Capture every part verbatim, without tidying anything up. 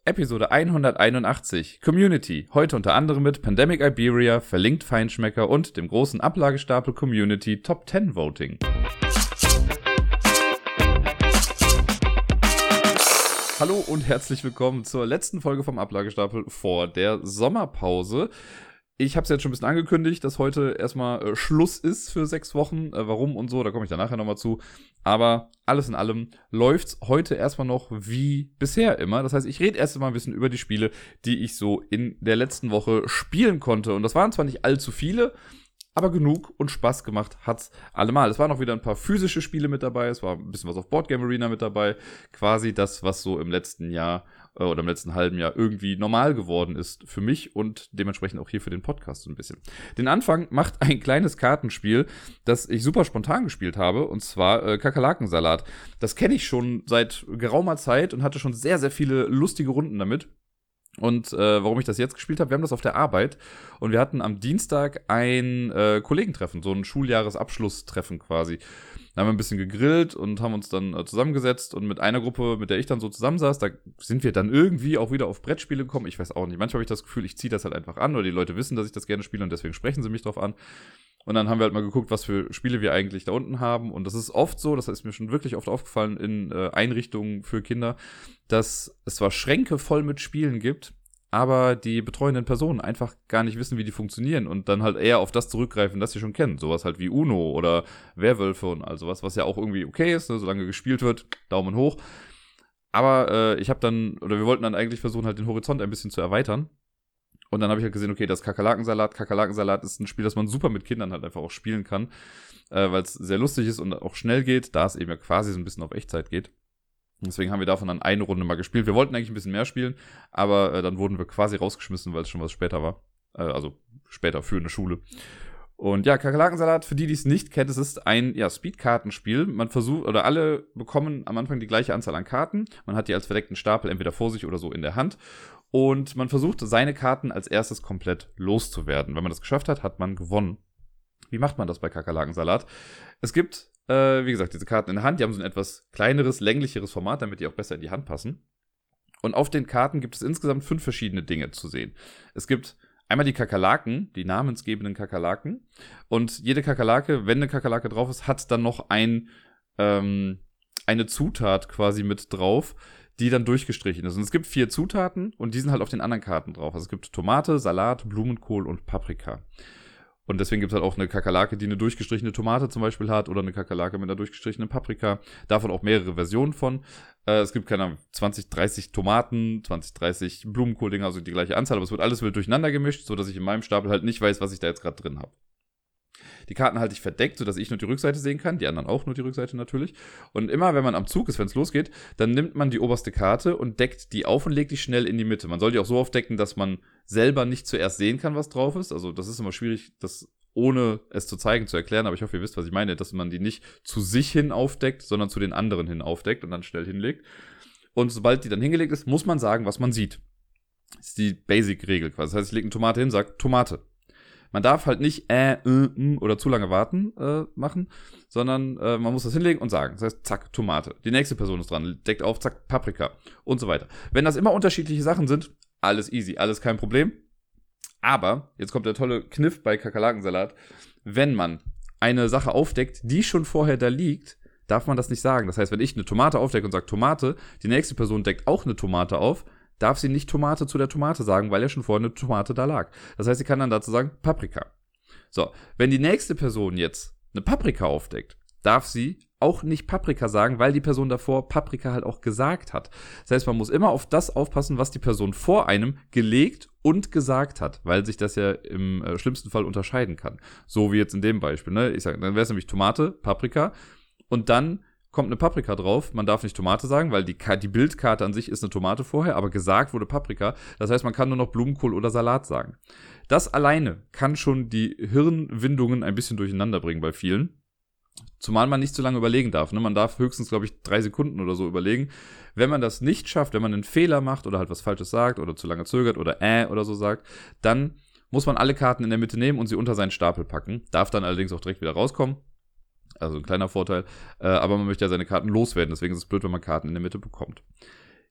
Episode hunderteinundachtzig, Community, heute unter anderem mit Pandemic Iberia, Verlinkt Feinschmecker und dem großen Ablagestapel Community Top zehn Voting. Hallo und herzlich willkommen zur letzten Folge vom Ablagestapel vor der Sommerpause. Ich habe es jetzt schon ein bisschen angekündigt, dass heute erstmal äh, Schluss ist für sechs Wochen. Äh, warum und so, da komme ich dann nachher nochmal zu. Aber alles in allem läuft's heute erstmal noch wie bisher immer. Das heißt, ich rede erst mal ein bisschen über die Spiele, die ich so in der letzten Woche spielen konnte. Und das waren zwar nicht allzu viele, aber genug und Spaß gemacht hat's allemal. Es waren auch wieder ein paar physische Spiele mit dabei. Es war ein bisschen was auf Board Game Arena mit dabei. Quasi das, was so im letzten Jahr äh, oder im letzten halben Jahr irgendwie normal geworden ist für mich und dementsprechend auch hier für den Podcast so ein bisschen. Den Anfang macht ein kleines Kartenspiel, das ich super spontan gespielt habe, und zwar äh, Kakerlakensalat. Das kenne ich schon seit geraumer Zeit und hatte schon sehr, sehr viele lustige Runden damit. Und äh, warum ich das jetzt gespielt habe, wir haben das auf der Arbeit und wir hatten am Dienstag ein äh, Kollegentreffen, so ein Schuljahresabschlusstreffen quasi. Da haben wir ein bisschen gegrillt und haben uns dann äh, zusammengesetzt und mit einer Gruppe, mit der ich dann so zusammensaß, da sind wir dann irgendwie auch wieder auf Brettspiele gekommen. Ich weiß auch nicht, manchmal habe ich das Gefühl, ich ziehe das halt einfach an oder die Leute wissen, dass ich das gerne spiele und deswegen sprechen sie mich drauf an. Und dann haben wir halt mal geguckt, was für Spiele wir eigentlich da unten haben. Und das ist oft so, das ist mir schon wirklich oft aufgefallen in äh, Einrichtungen für Kinder, dass es zwar Schränke voll mit Spielen gibt, aber die betreuenden Personen einfach gar nicht wissen, wie die funktionieren und dann halt eher auf das zurückgreifen, das sie schon kennen. Sowas halt wie Uno oder Werwölfe und all sowas, was ja auch irgendwie okay ist, ne? Solange gespielt wird, Daumen hoch. Aber äh, ich habe dann, oder wir wollten dann eigentlich versuchen, halt den Horizont ein bisschen zu erweitern. Und dann habe ich halt gesehen, okay, das Kakerlakensalat. Kakerlakensalat ist ein Spiel, das man super mit Kindern halt einfach auch spielen kann, äh, weil es sehr lustig ist und auch schnell geht, da es eben ja quasi so ein bisschen auf Echtzeit geht. Deswegen haben wir davon dann eine Runde mal gespielt. Wir wollten eigentlich ein bisschen mehr spielen, aber äh, dann wurden wir quasi rausgeschmissen, weil es schon was später war. Äh, also später für eine Schule. Und ja, Kakerlakensalat, für die, die es nicht kennt, es ist ein ja, Speed-Kartenspiel. Man versucht, oder alle bekommen am Anfang die gleiche Anzahl an Karten. Man hat die als verdeckten Stapel entweder vor sich oder so in der Hand. Und man versucht, seine Karten als erstes komplett loszuwerden. Wenn man das geschafft hat, hat man gewonnen. Wie macht man das bei Kakerlakensalat? Es gibt, äh, wie gesagt, diese Karten in der Hand. Die haben so ein etwas kleineres, länglicheres Format, damit die auch besser in die Hand passen. Und auf den Karten gibt es insgesamt fünf verschiedene Dinge zu sehen. Es gibt einmal die Kakerlaken, die namensgebenden Kakerlaken. Und jede Kakerlake, wenn eine Kakerlake drauf ist, hat dann noch ein, ähm, eine Zutat quasi mit drauf, die dann durchgestrichen ist. Und es gibt vier Zutaten und die sind halt auf den anderen Karten drauf. Also es gibt Tomate, Salat, Blumenkohl und Paprika. Und deswegen gibt es halt auch eine Kakerlake, die eine durchgestrichene Tomate zum Beispiel hat oder eine Kakerlake mit einer durchgestrichenen Paprika. Davon auch mehrere Versionen von. Äh, es gibt keine Ahnung, zwanzig, dreißig Tomaten, zwanzig, dreißig Blumenkohldinger, also die gleiche Anzahl, aber es wird alles wild durcheinander gemischt, sodass ich in meinem Stapel halt nicht weiß, was ich da jetzt gerade drin habe. Die Karten halte ich verdeckt, sodass ich nur die Rückseite sehen kann, die anderen auch nur die Rückseite natürlich. Und immer, wenn man am Zug ist, wenn es losgeht, dann nimmt man die oberste Karte und deckt die auf und legt die schnell in die Mitte. Man soll die auch so aufdecken, dass man selber nicht zuerst sehen kann, was drauf ist. Also das ist immer schwierig, das ohne es zu zeigen, zu erklären, aber ich hoffe, ihr wisst, was ich meine, dass man die nicht zu sich hin aufdeckt, sondern zu den anderen hin aufdeckt und dann schnell hinlegt. Und sobald die dann hingelegt ist, muss man sagen, was man sieht. Das ist die Basic-Regel quasi. Das heißt, ich lege eine Tomate hin, sage Tomate. Man darf halt nicht äh, äh, äh oder zu lange warten äh, machen, sondern äh, man muss das hinlegen und sagen. Das heißt, zack, Tomate. Die nächste Person ist dran, deckt auf, zack, Paprika und so weiter. Wenn das immer unterschiedliche Sachen sind, alles easy, alles kein Problem. Aber, jetzt kommt der tolle Kniff bei Kakerlakensalat, wenn man eine Sache aufdeckt, die schon vorher da liegt, darf man das nicht sagen. Das heißt, wenn ich eine Tomate aufdecke und sage Tomate, die nächste Person deckt auch eine Tomate auf, darf sie nicht Tomate zu der Tomate sagen, weil ja schon vorher eine Tomate da lag. Das heißt, sie kann dann dazu sagen Paprika. So, wenn die nächste Person jetzt eine Paprika aufdeckt, darf sie auch nicht Paprika sagen, weil die Person davor Paprika halt auch gesagt hat. Das heißt, man muss immer auf das aufpassen, was die Person vor einem gelegt und gesagt hat, weil sich das ja im äh, schlimmsten Fall unterscheiden kann. So wie jetzt in dem Beispiel, ne? Ich sage, dann wäre es nämlich Tomate, Paprika und dann kommt eine Paprika drauf. Man darf nicht Tomate sagen, weil die, die Bildkarte an sich ist eine Tomate vorher, aber gesagt wurde Paprika. Das heißt, man kann nur noch Blumenkohl oder Salat sagen. Das alleine kann schon die Hirnwindungen ein bisschen durcheinander bringen bei vielen. Zumal man nicht zu lange überlegen darf. Ne? Man darf höchstens, glaube ich, drei Sekunden oder so überlegen. Wenn man das nicht schafft, wenn man einen Fehler macht oder halt was Falsches sagt oder zu lange zögert oder äh oder so sagt, dann muss man alle Karten in der Mitte nehmen und sie unter seinen Stapel packen. Darf dann allerdings auch direkt wieder rauskommen. Also ein kleiner Vorteil. Äh, aber man möchte ja seine Karten loswerden. Deswegen ist es blöd, wenn man Karten in der Mitte bekommt.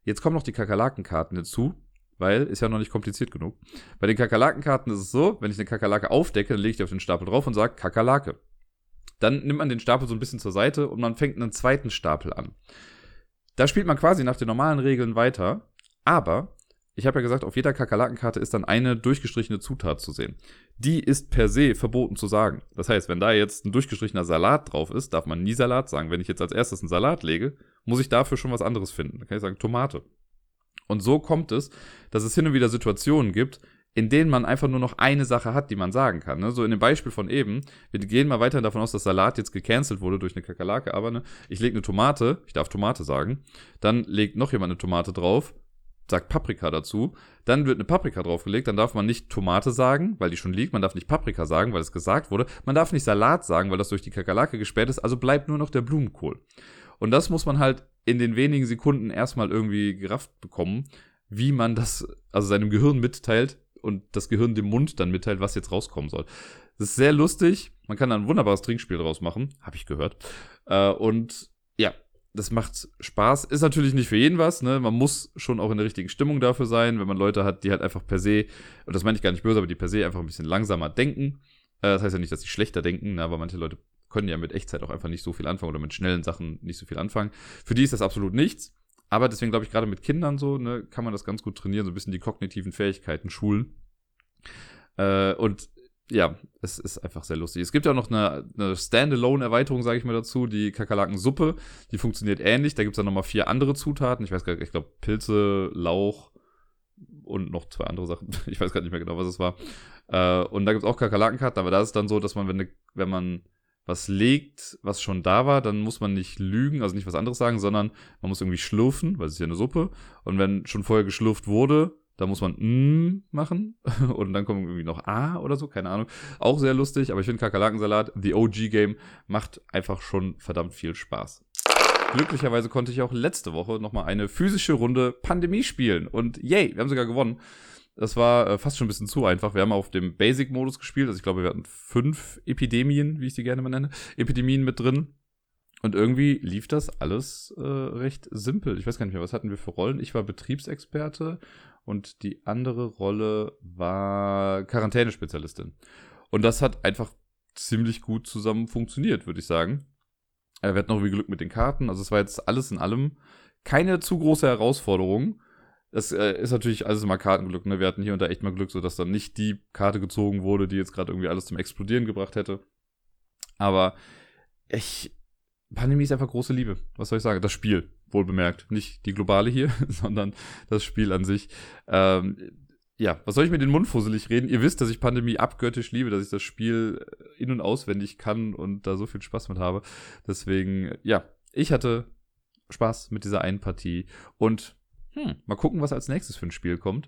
Jetzt kommen noch die Kakerlakenkarten dazu, weil ist ja noch nicht kompliziert genug. Bei den Kakerlakenkarten ist es so, wenn ich eine Kakerlake aufdecke, dann lege ich die auf den Stapel drauf und sage Kakerlake. Dann nimmt man den Stapel so ein bisschen zur Seite und man fängt einen zweiten Stapel an. Da spielt man quasi nach den normalen Regeln weiter, aber ich habe ja gesagt, auf jeder Kakerlakenkarte ist dann eine durchgestrichene Zutat zu sehen. Die ist per se verboten zu sagen. Das heißt, wenn da jetzt ein durchgestrichener Salat drauf ist, darf man nie Salat sagen. Wenn ich jetzt als erstes einen Salat lege, muss ich dafür schon was anderes finden. Dann kann ich sagen Tomate. Und so kommt es, dass es hin und wieder Situationen gibt, in denen man einfach nur noch eine Sache hat, die man sagen kann. Ne? So in dem Beispiel von eben, wir gehen mal weiter davon aus, dass Salat jetzt gecancelt wurde durch eine Kakerlake, aber ne, ich lege eine Tomate, ich darf Tomate sagen, dann legt noch jemand eine Tomate drauf, sagt Paprika dazu, dann wird eine Paprika draufgelegt, dann darf man nicht Tomate sagen, weil die schon liegt, man darf nicht Paprika sagen, weil es gesagt wurde, man darf nicht Salat sagen, weil das durch die Kakerlake gesperrt ist, also bleibt nur noch der Blumenkohl. Und das muss man halt in den wenigen Sekunden erstmal irgendwie gerafft bekommen, wie man das, also seinem Gehirn mitteilt und das Gehirn dem Mund dann mitteilt, was jetzt rauskommen soll. Das ist sehr lustig, man kann da ein wunderbares Trinkspiel draus machen, habe ich gehört. Äh, und ja, das macht Spaß. Ist natürlich nicht für jeden was, ne? Man muss schon auch in der richtigen Stimmung dafür sein, wenn man Leute hat, die halt einfach per se, und das meine ich gar nicht böse, aber die per se einfach ein bisschen langsamer denken. Äh, das heißt ja nicht, dass sie schlechter denken, ne? Aber manche Leute können ja mit Echtzeit auch einfach nicht so viel anfangen oder mit schnellen Sachen nicht so viel anfangen. Für die ist das absolut nichts. Aber deswegen glaube ich, gerade mit Kindern so, ne, kann man das ganz gut trainieren, so ein bisschen die kognitiven Fähigkeiten schulen. Äh, und ja, es ist einfach sehr lustig. Es gibt ja auch noch eine, eine Standalone-Erweiterung, sage ich mal dazu, die Kakerlakensuppe. Die funktioniert ähnlich. Da gibt es dann nochmal vier andere Zutaten. Ich weiß gar nicht, ich glaube Pilze, Lauch und noch zwei andere Sachen. Ich weiß gar nicht mehr genau, was es war. Äh, und da gibt es auch Kakerlakenkarten, aber da ist es dann so, dass man, wenn, ne, wenn man was legt, was schon da war, dann muss man nicht lügen, also nicht was anderes sagen, sondern man muss irgendwie schlürfen, weil es ist ja eine Suppe. Und wenn schon vorher geschlürft wurde, da muss man mm machen und dann kommt irgendwie noch A oder so, keine Ahnung. Auch sehr lustig, aber ich finde Kakerlakensalat, The O G-Game, macht einfach schon verdammt viel Spaß. Glücklicherweise konnte ich auch letzte Woche nochmal eine physische Runde Pandemie spielen und yay, wir haben sogar gewonnen. Das war äh, fast schon ein bisschen zu einfach. Wir haben auf dem Basic-Modus gespielt, also ich glaube, wir hatten fünf Epidemien, wie ich die gerne mal nenne, Epidemien mit drin. Und irgendwie lief das alles äh, recht simpel. Ich weiß gar nicht mehr, was hatten wir für Rollen? Ich war Betriebsexperte und die andere Rolle war Quarantänespezialistin. Und das hat einfach ziemlich gut zusammen funktioniert, würde ich sagen. Äh, wir hatten noch irgendwie Glück mit den Karten. Also es war jetzt alles in allem keine zu große Herausforderung. Das äh, ist natürlich alles immer Kartenglück. Ne? Wir hatten hier und da echt mal Glück, sodass dann nicht die Karte gezogen wurde, die jetzt gerade irgendwie alles zum Explodieren gebracht hätte. Aber ich... Pandemie ist einfach große Liebe. Was soll ich sagen? Das Spiel, wohl bemerkt. Nicht die globale hier, sondern das Spiel an sich. Ähm, ja, was soll ich mir den Mund fusselig reden? Ihr wisst, dass ich Pandemie abgöttisch liebe, dass ich das Spiel in- und auswendig kann und da so viel Spaß mit habe. Deswegen, ja, ich hatte Spaß mit dieser einen Partie. Und hm, mal gucken, was als nächstes für ein Spiel kommt.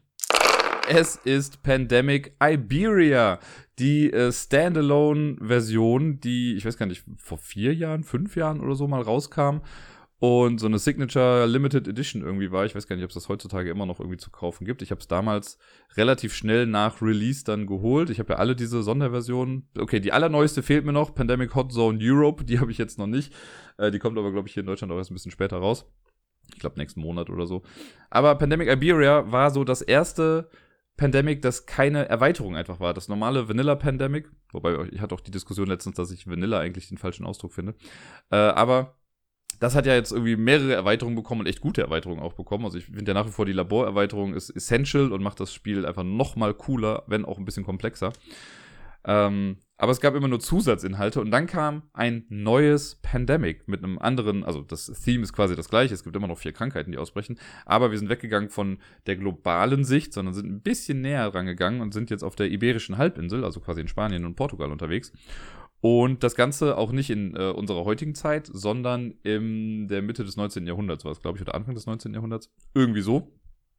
Es ist Pandemic Iberia, die äh, Standalone-Version, die, ich weiß gar nicht, vor vier Jahren, fünf Jahren oder so mal rauskam und so eine Signature Limited Edition irgendwie war. Ich weiß gar nicht, ob es das heutzutage immer noch irgendwie zu kaufen gibt. Ich habe es damals relativ schnell nach Release dann geholt. Ich habe ja alle diese Sonderversionen. Okay, die allerneueste fehlt mir noch, Pandemic Hot Zone Europe, die habe ich jetzt noch nicht. Äh, die kommt aber, glaube ich, hier in Deutschland auch erst ein bisschen später raus. Ich glaube, nächsten Monat oder so. Aber Pandemic Iberia war so das erste Pandemic, das keine Erweiterung einfach war. Das normale Vanilla Pandemic, wobei ich hatte auch die Diskussion letztens, dass ich Vanilla eigentlich den falschen Ausdruck finde. Äh, aber das hat ja jetzt irgendwie mehrere Erweiterungen bekommen und echt gute Erweiterungen auch bekommen. Also ich finde ja nach wie vor, die Laborerweiterung ist essential und macht das Spiel einfach noch mal cooler, wenn auch ein bisschen komplexer. Ähm, aber es gab immer nur Zusatzinhalte und dann kam ein neues Pandemic mit einem anderen, also das Theme ist quasi das gleiche, es gibt immer noch vier Krankheiten, die ausbrechen, aber wir sind weggegangen von der globalen Sicht, sondern sind ein bisschen näher rangegangen und sind jetzt auf der Iberischen Halbinsel, also quasi in Spanien und Portugal unterwegs. Und das Ganze auch nicht in äh, unserer heutigen Zeit, sondern in der Mitte des neunzehnten Jahrhunderts war es, glaube ich, oder Anfang des neunzehnten Jahrhunderts, irgendwie so.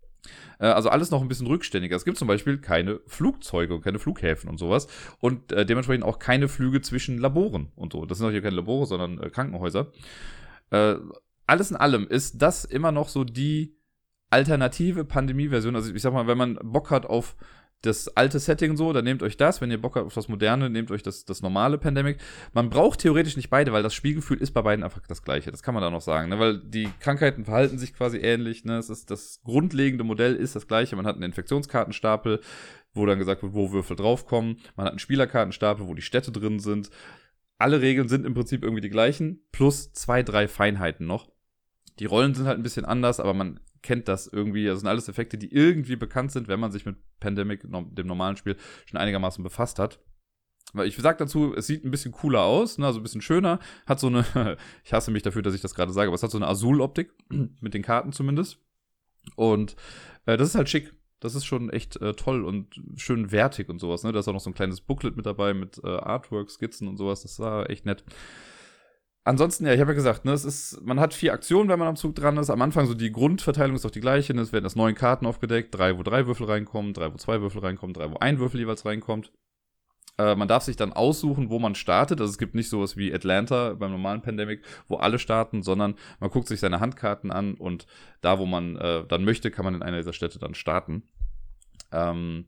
Also alles noch ein bisschen rückständiger. Es gibt zum Beispiel keine Flugzeuge und keine Flughäfen und sowas. Und äh, dementsprechend auch keine Flüge zwischen Laboren und so. Das sind auch hier keine Labore, sondern äh, Krankenhäuser. Äh, alles in allem ist das immer noch so die alternative Pandemie-Version. Also ich sag mal, wenn man Bock hat auf das alte Setting so, dann nehmt euch das. Wenn ihr Bock habt auf das Moderne, nehmt euch das, das normale Pandemic. Man braucht theoretisch nicht beide, weil das Spielgefühl ist bei beiden einfach das gleiche. Das kann man da noch sagen, ne? Weil die Krankheiten verhalten sich quasi ähnlich. Ne? Es ist, das grundlegende Modell ist das gleiche. Man hat einen Infektionskartenstapel, wo dann gesagt wird, wo Würfel draufkommen. Man hat einen Spielerkartenstapel, wo die Städte drin sind. Alle Regeln sind im Prinzip irgendwie die gleichen, plus zwei, drei Feinheiten noch. Die Rollen sind halt ein bisschen anders, aber man kennt das irgendwie. Das sind alles Effekte, die irgendwie bekannt sind, wenn man sich mit Pandemic, dem normalen Spiel, schon einigermaßen befasst hat. Weil ich sag dazu, es sieht ein bisschen cooler aus, ne, also ein bisschen schöner. Hat so eine, ich hasse mich dafür, dass ich das gerade sage, aber es hat so eine Azul-Optik, mit den Karten zumindest. Und äh, das ist halt schick. Das ist schon echt äh, toll und schön wertig und sowas, ne. Da ist auch noch so ein kleines Booklet mit dabei, mit äh, Artwork, Skizzen und sowas. Das war echt nett. Ansonsten, ja, ich habe ja gesagt, ne, es ist, man hat vier Aktionen, wenn man am Zug dran ist. Am Anfang so die Grundverteilung ist doch die gleiche. Ne? Es werden das neun Karten aufgedeckt, drei, wo drei Würfel reinkommen, drei, wo zwei Würfel reinkommen, drei, wo ein Würfel jeweils reinkommt. Äh, man darf sich dann aussuchen, wo man startet. Also es gibt nicht sowas wie Atlanta beim normalen Pandemic, wo alle starten, sondern man guckt sich seine Handkarten an und da, wo man äh, dann möchte, kann man in einer dieser Städte dann starten. Ähm,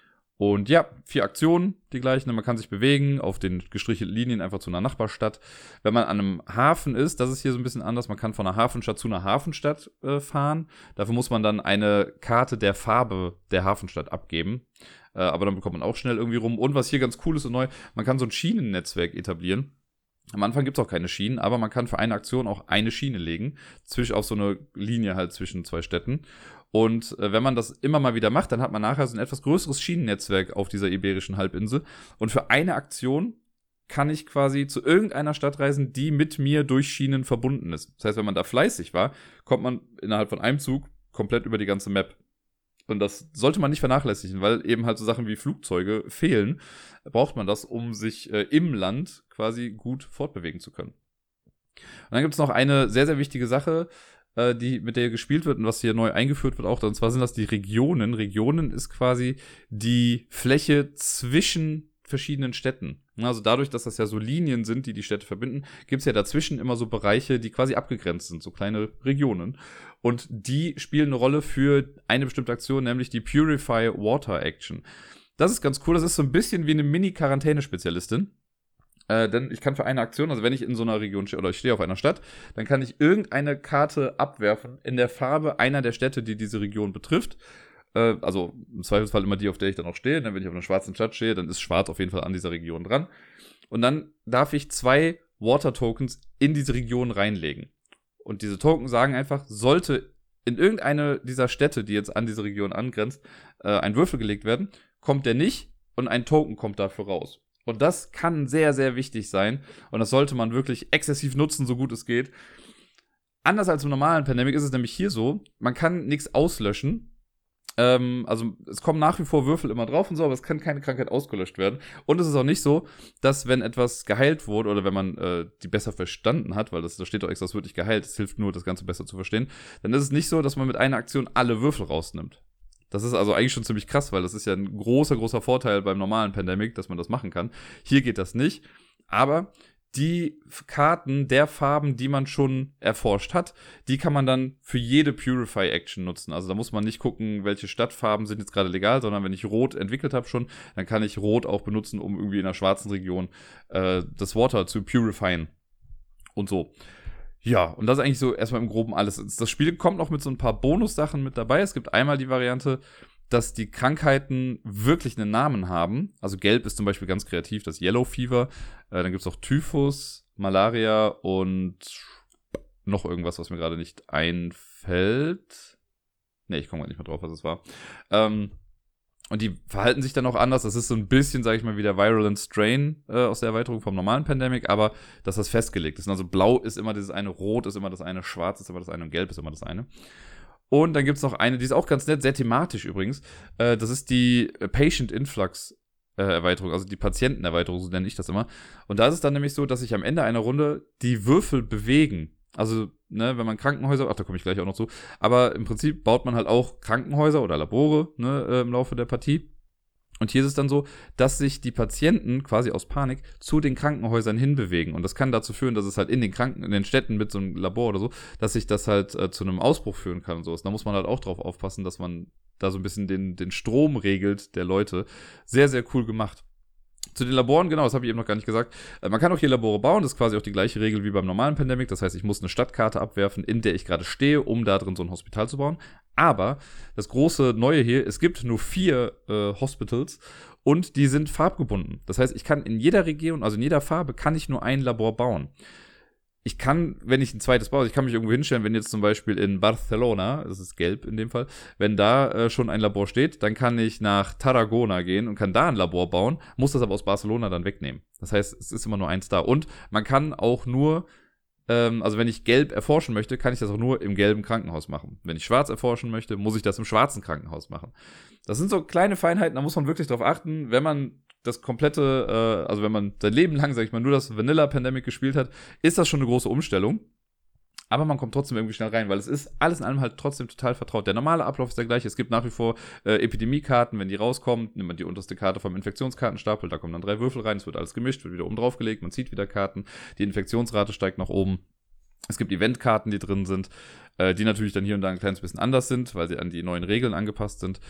Und ja, vier Aktionen, die gleichen. Man kann sich bewegen auf den gestrichelten Linien einfach zu einer Nachbarstadt. Wenn man an einem Hafen ist, das ist hier so ein bisschen anders. Man kann von einer Hafenstadt zu einer Hafenstadt äh, fahren. Dafür muss man dann eine Karte der Farbe der Hafenstadt abgeben. Äh, aber dann bekommt man auch schnell irgendwie rum. Und was hier ganz cool ist und neu, man kann so ein Schienennetzwerk etablieren. Am Anfang gibt es auch keine Schienen, aber man kann für eine Aktion auch eine Schiene legen, zwischen, auf so eine Linie halt zwischen zwei Städten. Und äh, wenn man das immer mal wieder macht, dann hat man nachher so ein etwas größeres Schienennetzwerk auf dieser iberischen Halbinsel. Und für eine Aktion kann ich quasi zu irgendeiner Stadt reisen, die mit mir durch Schienen verbunden ist. Das heißt, wenn man da fleißig war, kommt man innerhalb von einem Zug komplett über die ganze Map. Und das sollte man nicht vernachlässigen, weil eben halt so Sachen wie Flugzeuge fehlen. Braucht man das, um sich äh, im Land quasi gut fortbewegen zu können. Und dann gibt es noch eine sehr, sehr wichtige Sache, äh, die mit der gespielt wird und was hier neu eingeführt wird auch. Und zwar sind das die Regionen. Regionen ist quasi die Fläche zwischen verschiedenen Städten. Also dadurch, dass das ja so Linien sind, die die Städte verbinden, gibt es ja dazwischen immer so Bereiche, die quasi abgegrenzt sind, so kleine Regionen. Und die spielen eine Rolle für eine bestimmte Aktion, nämlich die Purify Water Action. Das ist ganz cool, das ist so ein bisschen wie eine Mini-Quarantäne-Spezialistin. Äh, denn ich kann für eine Aktion, also wenn ich in so einer Region stehe oder ich stehe auf einer Stadt, dann kann ich irgendeine Karte abwerfen in der Farbe einer der Städte, die diese Region betrifft. Äh, also im Zweifelsfall immer die, auf der ich dann auch stehe. Denn wenn ich auf einer schwarzen Stadt stehe, dann ist schwarz auf jeden Fall an dieser Region dran. Und dann darf ich zwei Water-Tokens in diese Region reinlegen. Und diese Token sagen einfach, sollte in irgendeine dieser Städte, die jetzt an diese Region angrenzt, äh, ein Würfel gelegt werden, kommt der nicht und ein Token kommt dafür raus. Und das kann sehr, sehr wichtig sein. Und das sollte man wirklich exzessiv nutzen, so gut es geht. Anders als im normalen Pandemic ist es nämlich hier so, man kann nichts auslöschen. Ähm, also es kommen nach wie vor Würfel immer drauf und so, aber es kann keine Krankheit ausgelöscht werden. Und es ist auch nicht so, dass wenn etwas geheilt wurde oder wenn man äh, die besser verstanden hat, weil das, da steht doch extra, es wird nicht geheilt, es hilft nur, das Ganze besser zu verstehen, dann ist es nicht so, dass man mit einer Aktion alle Würfel rausnimmt. Das ist also eigentlich schon ziemlich krass, weil das ist ja ein großer, großer Vorteil beim normalen Pandemic, dass man das machen kann. Hier geht das nicht, aber die Karten der Farben, die man schon erforscht hat, die kann man dann für jede Purify-Action nutzen. Also da muss man nicht gucken, welche Stadtfarben sind jetzt gerade legal, sondern wenn ich Rot entwickelt habe schon, dann kann ich Rot auch benutzen, um irgendwie in einer schwarzen Region äh, das Water zu purifyen und so. Ja, und das ist eigentlich so erstmal im Groben alles. Das Spiel kommt noch mit so ein paar Bonussachen mit dabei. Es gibt einmal die Variante, dass die Krankheiten wirklich einen Namen haben. Also gelb ist zum Beispiel ganz kreativ, das Yellow Fever. Äh, dann gibt es auch Typhus, Malaria und noch irgendwas, was mir gerade nicht einfällt. Ne, ich komme gerade nicht mehr drauf, was es war. Ähm, und die verhalten sich dann auch anders. Das ist so ein bisschen, sage ich mal, wie der Virulent Strain äh, aus der Erweiterung vom normalen Pandemic, aber dass das festgelegt ist. Also blau ist immer dieses eine, rot ist immer das eine, schwarz ist immer das eine und gelb ist immer das eine. Und dann gibt es noch eine, die ist auch ganz nett, sehr thematisch übrigens. Äh, das ist die Patient Influx äh, Erweiterung, also die Patientenerweiterung, so nenne ich das immer. Und da ist es dann nämlich so, dass sich am Ende einer Runde die Würfel bewegen. Also, ne, wenn man Krankenhäuser, ach, da komme ich gleich auch noch zu, aber im Prinzip baut man halt auch Krankenhäuser oder Labore, ne, äh, im Laufe der Partie. Und hier ist es dann so, dass sich die Patienten quasi aus Panik zu den Krankenhäusern hinbewegen. Und das kann dazu führen, dass es halt in den Kranken, in den Städten mit so einem Labor oder so, dass sich das halt äh, zu einem Ausbruch führen kann und so. Da muss man halt auch drauf aufpassen, dass man da so ein bisschen den, den Strom regelt der Leute. Sehr, sehr cool gemacht. Zu den Laboren, genau, das habe ich eben noch gar nicht gesagt. Äh, man kann auch hier Labore bauen, das ist quasi auch die gleiche Regel wie beim normalen Pandemic. Das heißt, ich muss eine Stadtkarte abwerfen, in der ich gerade stehe, um da drin so ein Hospital zu bauen. Aber das große Neue hier, es gibt nur vier äh, Hospitals und die sind farbgebunden. Das heißt, ich kann in jeder Region, also in jeder Farbe, kann ich nur ein Labor bauen. Ich kann, wenn ich ein zweites baue, ich kann mich irgendwo hinstellen, wenn jetzt zum Beispiel in Barcelona, das ist gelb in dem Fall, wenn da äh, schon ein Labor steht, dann kann ich nach Tarragona gehen und kann da ein Labor bauen, muss das aber aus Barcelona dann wegnehmen. Das heißt, es ist immer nur eins da. Und man kann auch nur, ähm, also wenn ich gelb erforschen möchte, kann ich das auch nur im gelben Krankenhaus machen. Wenn ich schwarz erforschen möchte, muss ich das im schwarzen Krankenhaus machen. Das sind so kleine Feinheiten, da muss man wirklich drauf achten, wenn man das komplette, äh, also wenn man sein Leben lang, sag ich mal, nur das Vanilla Pandemic gespielt hat, ist das schon eine große Umstellung. Aber man kommt trotzdem irgendwie schnell rein, weil es ist alles in allem halt trotzdem total vertraut. Der normale Ablauf ist der gleiche. Es gibt nach wie vor äh, Epidemiekarten, wenn die rauskommen, nimmt man die unterste Karte vom Infektionskartenstapel, da kommen dann drei Würfel rein, es wird alles gemischt, wird wieder oben drauf gelegt, man zieht wieder Karten, die Infektionsrate steigt nach oben. Es gibt Eventkarten, die drin sind, äh, die natürlich dann hier und da ein kleines bisschen anders sind, weil sie an die neuen Regeln angepasst sind.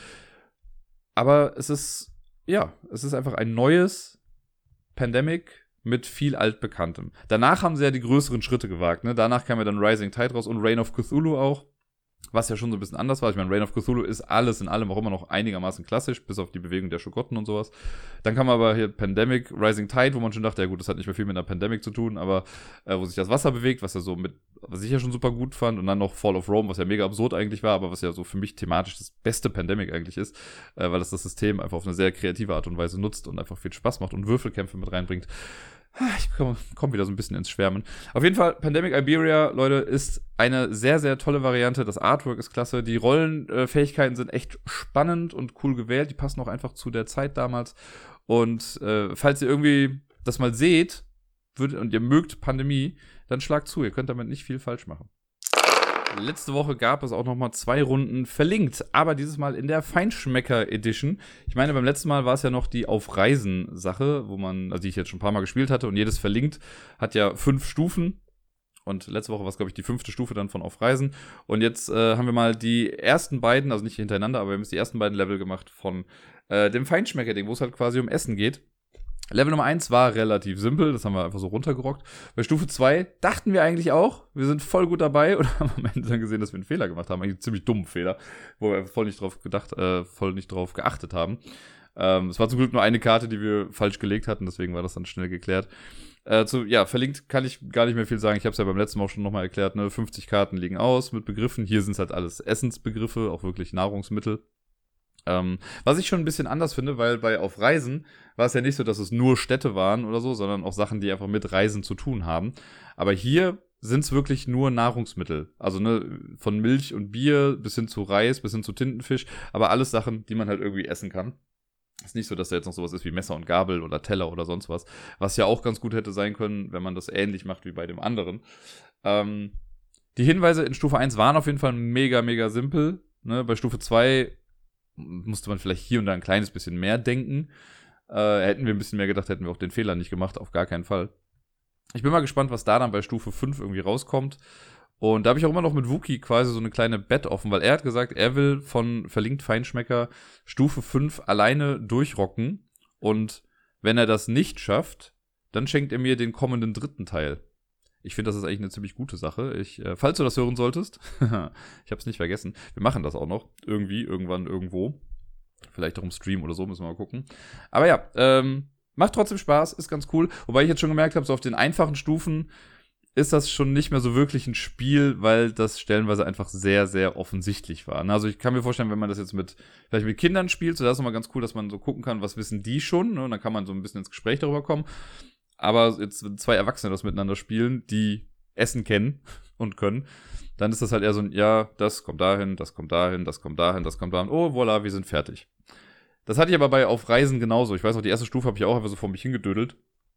Aber es ist, ja, es ist einfach ein neues Pandemic mit viel Altbekanntem. Danach haben sie ja die größeren Schritte gewagt, ne? Danach kam ja dann Rising Tide raus und Reign of Cthulhu auch, was ja schon so ein bisschen anders war. Ich meine, Reign of Cthulhu ist alles in allem auch immer noch einigermaßen klassisch, bis auf die Bewegung der Schogotten und sowas. Dann kam aber hier Pandemic, Rising Tide, wo man schon dachte, ja gut, das hat nicht mehr viel mit einer Pandemic zu tun, aber äh, wo sich das Wasser bewegt, was ja so mit, was ich ja schon super gut fand, und dann noch Fall of Rome, was ja mega absurd eigentlich war, aber was ja so für mich thematisch das beste Pandemic eigentlich ist, äh, weil das das System einfach auf eine sehr kreative Art und Weise nutzt und einfach viel Spaß macht und Würfelkämpfe mit reinbringt. Ich komme komm wieder so ein bisschen ins Schwärmen. Auf jeden Fall, Pandemic Iberia, Leute, ist eine sehr, sehr tolle Variante. Das Artwork ist klasse. Die Rollenfähigkeiten sind echt spannend und cool gewählt. Die passen auch einfach zu der Zeit damals. Und äh, falls ihr irgendwie das mal seht würd, und ihr mögt Pandemie, dann schlagt zu. Ihr könnt damit nicht viel falsch machen. Letzte Woche gab es auch noch mal zwei Runden verlinkt, aber dieses Mal in der Feinschmecker Edition. Ich meine, beim letzten Mal war es ja noch die Auf-Reisen-Sache, wo man, also die ich jetzt schon ein paar Mal gespielt hatte, und jedes verlinkt hat ja fünf Stufen. Und letzte Woche war es, glaube ich, die fünfte Stufe dann von Auf-Reisen. Und jetzt äh, haben wir mal die ersten beiden, also nicht hintereinander, aber wir haben jetzt die ersten beiden Level gemacht von äh, dem Feinschmecker-Ding, wo es halt quasi um Essen geht. Level Nummer eins war relativ simpel, das haben wir einfach so runtergerockt. Bei Stufe zwei dachten wir eigentlich auch, wir sind voll gut dabei und haben am Ende dann gesehen, dass wir einen Fehler gemacht haben. Eigentlich einen ziemlich dummen Fehler, wo wir voll nicht drauf gedacht, äh, voll nicht drauf geachtet haben. Ähm, es war zum Glück nur eine Karte, die wir falsch gelegt hatten, deswegen war das dann schnell geklärt. Äh, zu, ja, verlinkt kann ich gar nicht mehr viel sagen. Ich habe es ja beim letzten Mal auch schon nochmal erklärt, ne? fünfzig Karten liegen aus mit Begriffen. Hier sind es halt alles Essensbegriffe, auch wirklich Nahrungsmittel. Ähm, was ich schon ein bisschen anders finde, weil bei Auf Reisen war es ja nicht so, dass es nur Städte waren oder so, sondern auch Sachen, die einfach mit Reisen zu tun haben. Aber hier sind es wirklich nur Nahrungsmittel. Also ne, von Milch und Bier bis hin zu Reis, bis hin zu Tintenfisch, aber alles Sachen, die man halt irgendwie essen kann. Ist nicht so, dass da jetzt noch sowas ist wie Messer und Gabel oder Teller oder sonst was, was ja auch ganz gut hätte sein können, wenn man das ähnlich macht wie bei dem anderen. Ähm, die Hinweise in Stufe eins waren auf jeden Fall mega, mega simpel. Ne? Bei Stufe zwei musste man vielleicht hier und da ein kleines bisschen mehr denken. Äh, hätten wir ein bisschen mehr gedacht, hätten wir auch den Fehler nicht gemacht, auf gar keinen Fall. Ich bin mal gespannt, was da dann bei Stufe fünf irgendwie rauskommt. Und da habe ich auch immer noch mit Wookie quasi so eine kleine Bet offen, weil er hat gesagt, er will von Verlinkt Feinschmecker Stufe fünf alleine durchrocken. Und wenn er das nicht schafft, dann schenkt er mir den kommenden dritten Teil. Ich finde, das ist eigentlich eine ziemlich gute Sache. Ich, äh, falls du das hören solltest, ich habe es nicht vergessen, wir machen das auch noch. Irgendwie, irgendwann, irgendwo. Vielleicht auch im Stream oder so, müssen wir mal gucken. Aber ja, ähm, macht trotzdem Spaß, ist ganz cool. Wobei ich jetzt schon gemerkt habe, so auf den einfachen Stufen ist das schon nicht mehr so wirklich ein Spiel, weil das stellenweise einfach sehr, sehr offensichtlich war. Also ich kann mir vorstellen, wenn man das jetzt mit vielleicht mit Kindern spielt, so das ist nochmal ganz cool, dass man so gucken kann, was wissen die schon, ne? Und dann kann man so ein bisschen ins Gespräch darüber kommen. Aber jetzt, wenn zwei Erwachsene das miteinander spielen, die Essen kennen und können, dann ist das halt eher so ein, ja, das kommt dahin, das kommt dahin, das kommt dahin, das kommt dahin. Oh, voilà, wir sind fertig. Das hatte ich aber bei Auf Reisen genauso. Ich weiß noch, die erste Stufe habe ich auch einfach so vor mich hingedödelt.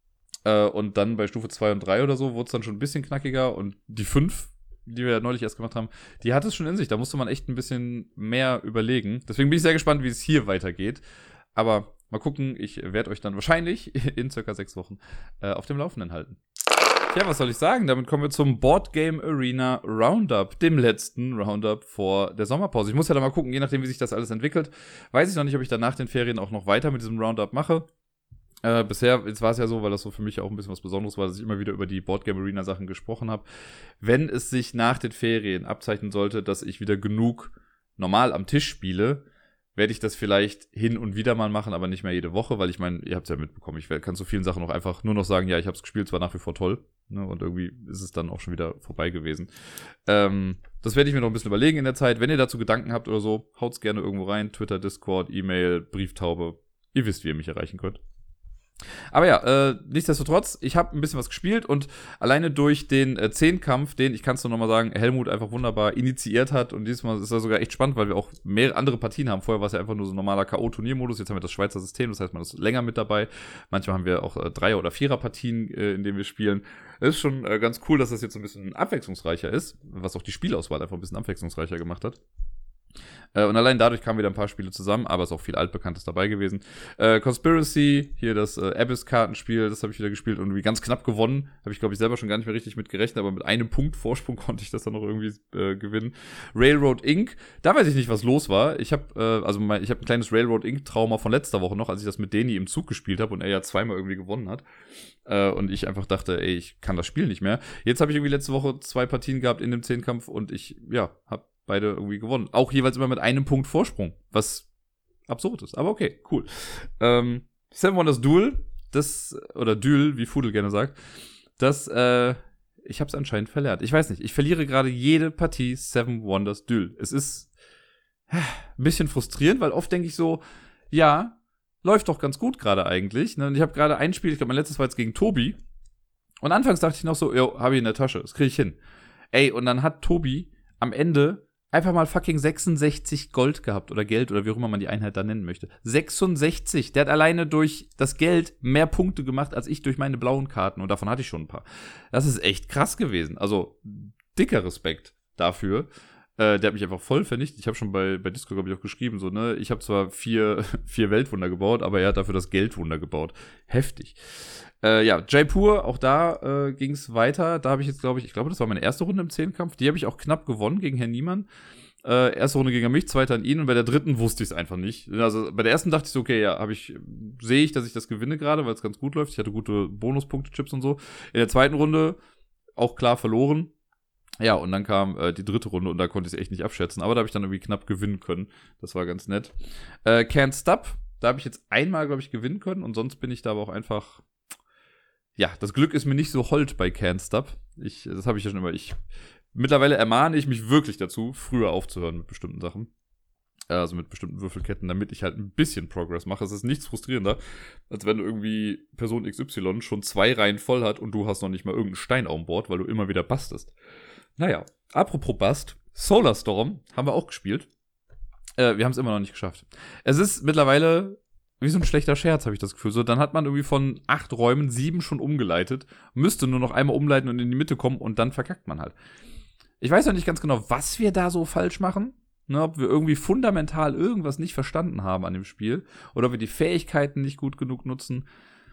Äh, und dann bei Stufe zwei und drei oder so wurde es dann schon ein bisschen knackiger. Und die fünf, die wir ja neulich erst gemacht haben, die hat es schon in sich. Da musste man echt ein bisschen mehr überlegen. Deswegen bin ich sehr gespannt, wie es hier weitergeht. Aber mal gucken, ich werde euch dann wahrscheinlich in circa sechs Wochen äh, auf dem Laufenden halten. Ja, was soll ich sagen? Damit kommen wir zum Board Game Arena Roundup, dem letzten Roundup vor der Sommerpause. Ich muss ja da mal gucken, je nachdem, wie sich das alles entwickelt. Weiß ich noch nicht, ob ich dann nach den Ferien auch noch weiter mit diesem Roundup mache. Äh, bisher, jetzt war es ja so, weil das so für mich auch ein bisschen was Besonderes war, dass ich immer wieder über die Board Game Arena Sachen gesprochen habe. Wenn es sich nach den Ferien abzeichnen sollte, dass ich wieder genug normal am Tisch spiele, werde ich das vielleicht hin und wieder mal machen, aber nicht mehr jede Woche, weil ich meine, ihr habt es ja mitbekommen, ich kann zu vielen Sachen auch einfach nur noch sagen, ja, ich habe es gespielt, es war nach wie vor toll, ne, und irgendwie ist es dann auch schon wieder vorbei gewesen. Ähm, das werde ich mir noch ein bisschen überlegen in der Zeit. Wenn ihr dazu Gedanken habt oder so, haut's gerne irgendwo rein, Twitter, Discord, E-Mail, Brieftaube, ihr wisst, wie ihr mich erreichen könnt. Aber ja, äh, nichtsdestotrotz, ich habe ein bisschen was gespielt und alleine durch den äh, Zehnkampf, den, ich kann es nur nochmal sagen, Helmut einfach wunderbar initiiert hat und diesmal ist das sogar echt spannend, weil wir auch mehrere andere Partien haben. Vorher war es ja einfach nur so ein normaler K O-Turniermodus, jetzt haben wir das Schweizer System, das heißt, man ist länger mit dabei. Manchmal haben wir auch äh, Dreier- oder Vierer-Partien, äh, in denen wir spielen. Es ist schon äh, ganz cool, dass das jetzt ein bisschen abwechslungsreicher ist, was auch die Spielauswahl einfach ein bisschen abwechslungsreicher gemacht hat. Äh, und allein dadurch kamen wieder ein paar Spiele zusammen, aber es ist auch viel Altbekanntes dabei gewesen. Äh, Conspiracy, hier das äh, Abyss-Kartenspiel, das habe ich wieder gespielt und irgendwie ganz knapp gewonnen. Habe ich, glaube ich, selber schon gar nicht mehr richtig mit gerechnet, aber mit einem Punkt Vorsprung konnte ich das dann noch irgendwie äh, gewinnen. Railroad Incorporated, da weiß ich nicht, was los war. Ich habe äh, also mein, ich habe ein kleines Railroad Incorporated-Trauma von letzter Woche noch, als ich das mit Deni im Zug gespielt habe und er ja zweimal irgendwie gewonnen hat. Äh, und ich einfach dachte, ey, ich kann das Spiel nicht mehr. Jetzt habe ich irgendwie letzte Woche zwei Partien gehabt in dem Zehnkampf und ich, ja, habe beide irgendwie gewonnen. Auch jeweils immer mit einem Punkt Vorsprung, was absurd ist. Aber okay, cool. Ähm, Seven Wonders Duel, das, oder Duel, wie Fudel gerne sagt, das, äh, ich hab's anscheinend verlernt. Ich weiß nicht, ich verliere gerade jede Partie Seven Wonders Duel. Es ist äh, ein bisschen frustrierend, weil oft denke ich so, ja, läuft doch ganz gut gerade eigentlich. Ne? Und ich habe gerade ein Spiel, ich glaube, mein letztes war jetzt gegen Tobi. Und anfangs dachte ich noch so, jo, habe ich in der Tasche, das kriege ich hin. Ey, und dann hat Tobi am Ende einfach mal fucking sechsundsechzig Gold gehabt oder Geld oder wie auch immer man die Einheit da nennen möchte. sechsundsechzig. Der hat alleine durch das Geld mehr Punkte gemacht als ich durch meine blauen Karten und davon hatte ich schon ein paar. Das ist echt krass gewesen. Also dicker Respekt dafür. Äh, der hat mich einfach voll vernichtet. Ich habe schon bei, bei Discord, glaube ich, auch geschrieben, so, ne, ich habe zwar vier, vier Weltwunder gebaut, aber er hat dafür das Geldwunder gebaut. Heftig. Äh, ja, Jaipur, auch da äh, ging es weiter. Da habe ich jetzt, glaube ich, ich glaube, das war meine erste Runde im Zehnkampf. Die habe ich auch knapp gewonnen gegen Herrn Niemann. Äh, erste Runde gegen mich, zweite an ihn und bei der dritten wusste ich es einfach nicht. Also bei der ersten dachte ich so, okay, ja, habe ich, sehe ich, dass ich das gewinne gerade, weil es ganz gut läuft. Ich hatte gute Bonuspunkte-Chips und so. In der zweiten Runde auch klar verloren. Ja, und dann kam äh, die dritte Runde und da konnte ich es echt nicht abschätzen. Aber da habe ich dann irgendwie knapp gewinnen können. Das war ganz nett. Äh, Can't Stop, da habe ich jetzt einmal, glaube ich, gewinnen können und sonst bin ich da aber auch einfach... Ja, das Glück ist mir nicht so hold bei Can't Stop. Ich, das habe ich ja schon immer. Ich, mittlerweile ermahne ich mich wirklich dazu, früher aufzuhören mit bestimmten Sachen. Also mit bestimmten Würfelketten, damit ich halt ein bisschen Progress mache. Es ist nichts frustrierender, als wenn irgendwie Person X Y schon zwei Reihen voll hat und du hast noch nicht mal irgendeinen Stein auf dem Board, weil du immer wieder bastest. Naja, apropos Bast, Solar-Storm haben wir auch gespielt. Äh, wir haben es immer noch nicht geschafft. Es ist mittlerweile wie so ein schlechter Scherz, habe ich das Gefühl. So, dann hat man irgendwie von acht Räumen sieben schon umgeleitet, müsste nur noch einmal umleiten und in die Mitte kommen und dann verkackt man halt. Ich weiß noch nicht ganz genau, was wir da so falsch machen. Ne, ob wir irgendwie fundamental irgendwas nicht verstanden haben an dem Spiel oder ob wir die Fähigkeiten nicht gut genug nutzen.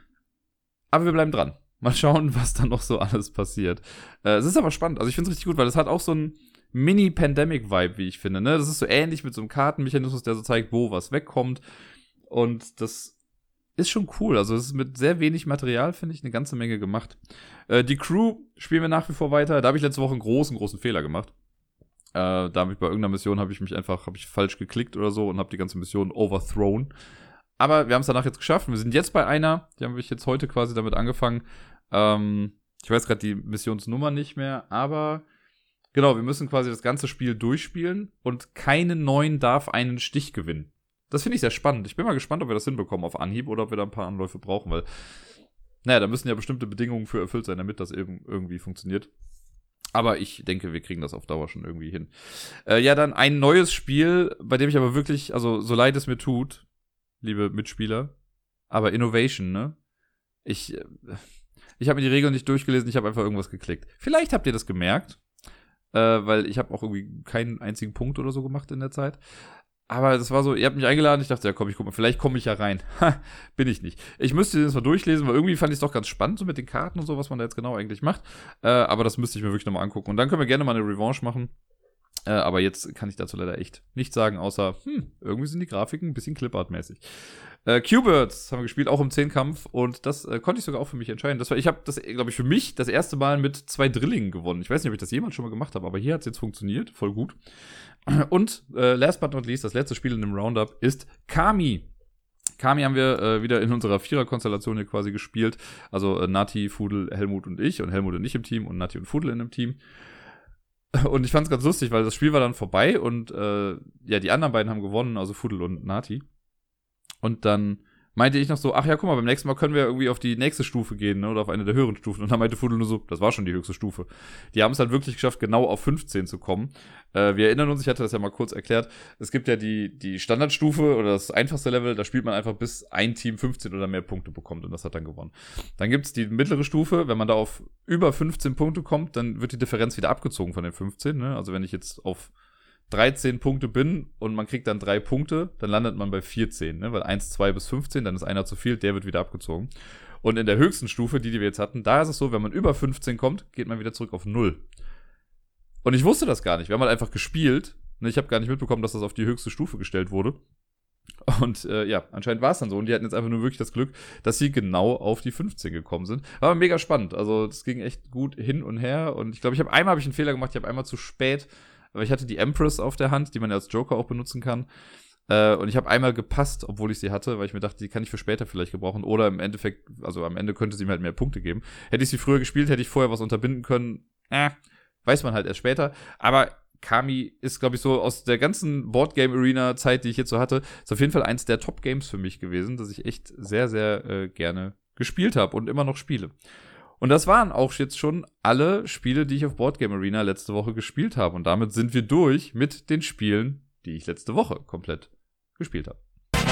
Aber wir bleiben dran. Mal schauen, was dann noch so alles passiert. Äh, es ist aber spannend. Also ich finde es richtig gut, weil es hat auch so ein Mini-Pandemic-Vibe, wie ich finde. Ne? Das ist so ähnlich mit so einem Kartenmechanismus, der so zeigt, wo was wegkommt. Und das ist schon cool. Also es ist mit sehr wenig Material, finde ich, eine ganze Menge gemacht. Äh, die Crew spielen wir nach wie vor weiter. Da habe ich letzte Woche einen großen, großen Fehler gemacht. Äh, da habe ich bei irgendeiner Mission habe ich mich einfach, habe ich falsch geklickt oder so und habe die ganze Mission overthrown. Aber wir haben es danach jetzt geschafft. Wir sind jetzt bei einer, die haben wir jetzt heute quasi damit angefangen. Ähm, ich weiß gerade die Missionsnummer nicht mehr, aber genau, wir müssen quasi das ganze Spiel durchspielen und keine neuen darf einen Stich gewinnen. Das finde ich sehr spannend. Ich bin mal gespannt, ob wir das hinbekommen auf Anhieb oder ob wir da ein paar Anläufe brauchen, weil, naja, da müssen ja bestimmte Bedingungen für erfüllt sein, damit das eben irgendwie funktioniert. Aber ich denke, wir kriegen das auf Dauer schon irgendwie hin. Äh, ja, dann ein neues Spiel, bei dem ich aber wirklich, also so leid es mir tut, liebe Mitspieler, aber Innovation, ne? Ich, ich habe mir die Regeln nicht durchgelesen, ich habe einfach irgendwas geklickt. Vielleicht habt ihr das gemerkt, äh, weil ich habe auch irgendwie keinen einzigen Punkt oder so gemacht in der Zeit. Aber das war so, ihr habt mich eingeladen, ich dachte, ja komm, ich guck mal, vielleicht komme ich ja rein. Ha, bin ich nicht. Ich müsste das mal durchlesen, weil irgendwie fand ich es doch ganz spannend, so mit den Karten und so, was man da jetzt genau eigentlich macht. Äh, aber das müsste ich mir wirklich nochmal angucken. Und dann können wir gerne mal eine Revanche machen. Äh, aber jetzt kann ich dazu leider echt nichts sagen, außer, hm, irgendwie sind die Grafiken ein bisschen Clipart-mäßig. Äh, Q-Birds haben wir gespielt, auch im Zehnkampf. Und das äh, konnte ich sogar auch für mich entscheiden. Das war, ich habe das, glaube ich, für mich das erste Mal mit zwei Drillingen gewonnen. Ich weiß nicht, ob ich das jemals schon mal gemacht habe, aber hier hat es jetzt funktioniert. Voll gut. Und äh, last but not least, das letzte Spiel in dem Roundup ist Kami. Kami haben wir äh, wieder in unserer Vierer-Konstellation hier quasi gespielt. Also äh, Nati, Fudel, Helmut und ich. Und Helmut und ich im Team und Nati und Fudel in dem Team. Und ich fand es ganz lustig, weil das Spiel war dann vorbei und äh, ja, die anderen beiden haben gewonnen, also Fudel und Nati. Und dann meinte ich noch so, ach ja, guck mal, beim nächsten Mal können wir irgendwie auf die nächste Stufe gehen, ne, oder auf eine der höheren Stufen. Und dann meinte Fudel nur so, das war schon die höchste Stufe. Die haben es halt wirklich geschafft, genau auf fünfzehn zu kommen. Äh, wir erinnern uns, ich hatte das ja mal kurz erklärt, es gibt ja die, die Standardstufe oder das einfachste Level, da spielt man einfach, bis ein Team fünfzehn oder mehr Punkte bekommt und das hat dann gewonnen. Dann gibt's die mittlere Stufe, wenn man da auf über fünfzehn Punkte kommt, dann wird die Differenz wieder abgezogen von den fünfzehn, ne? Also wenn ich jetzt auf dreizehn Punkte bin und man kriegt dann drei Punkte, dann landet man bei vierzehn, ne? Weil eins, zwei bis fünfzehn, dann ist einer zu viel, der wird wieder abgezogen. Und in der höchsten Stufe, die, die wir jetzt hatten, da ist es so, wenn man über fünfzehn kommt, geht man wieder zurück auf null. Und ich wusste das gar nicht. Wir haben halt einfach gespielt. Ne? Ich habe gar nicht mitbekommen, dass das auf die höchste Stufe gestellt wurde. Und äh, ja, anscheinend war es dann so. Und die hatten jetzt einfach nur wirklich das Glück, dass sie genau auf die fünfzehn gekommen sind. War aber mega spannend. Also das ging echt gut hin und her. Und ich glaube, ich habe einmal hab ich einen Fehler gemacht. Ich habe einmal zu spät, aber ich hatte die Empress auf der Hand, die man ja als Joker auch benutzen kann. Äh, und ich habe einmal gepasst, obwohl ich sie hatte, weil ich mir dachte, die kann ich für später vielleicht gebrauchen. Oder im Endeffekt, also am Ende könnte sie mir halt mehr Punkte geben. Hätte ich sie früher gespielt, hätte ich vorher was unterbinden können. Äh, weiß man halt erst später. Aber Kami ist, glaube ich, so aus der ganzen Boardgame-Arena-Zeit, die ich jetzt so hatte, ist auf jeden Fall eins der Top-Games für mich gewesen, dass ich echt sehr, sehr äh, gerne gespielt habe und immer noch spiele. Und das waren auch jetzt schon alle Spiele, die ich auf Boardgame Arena letzte Woche gespielt habe. Und damit sind wir durch mit den Spielen, die ich letzte Woche komplett gespielt habe.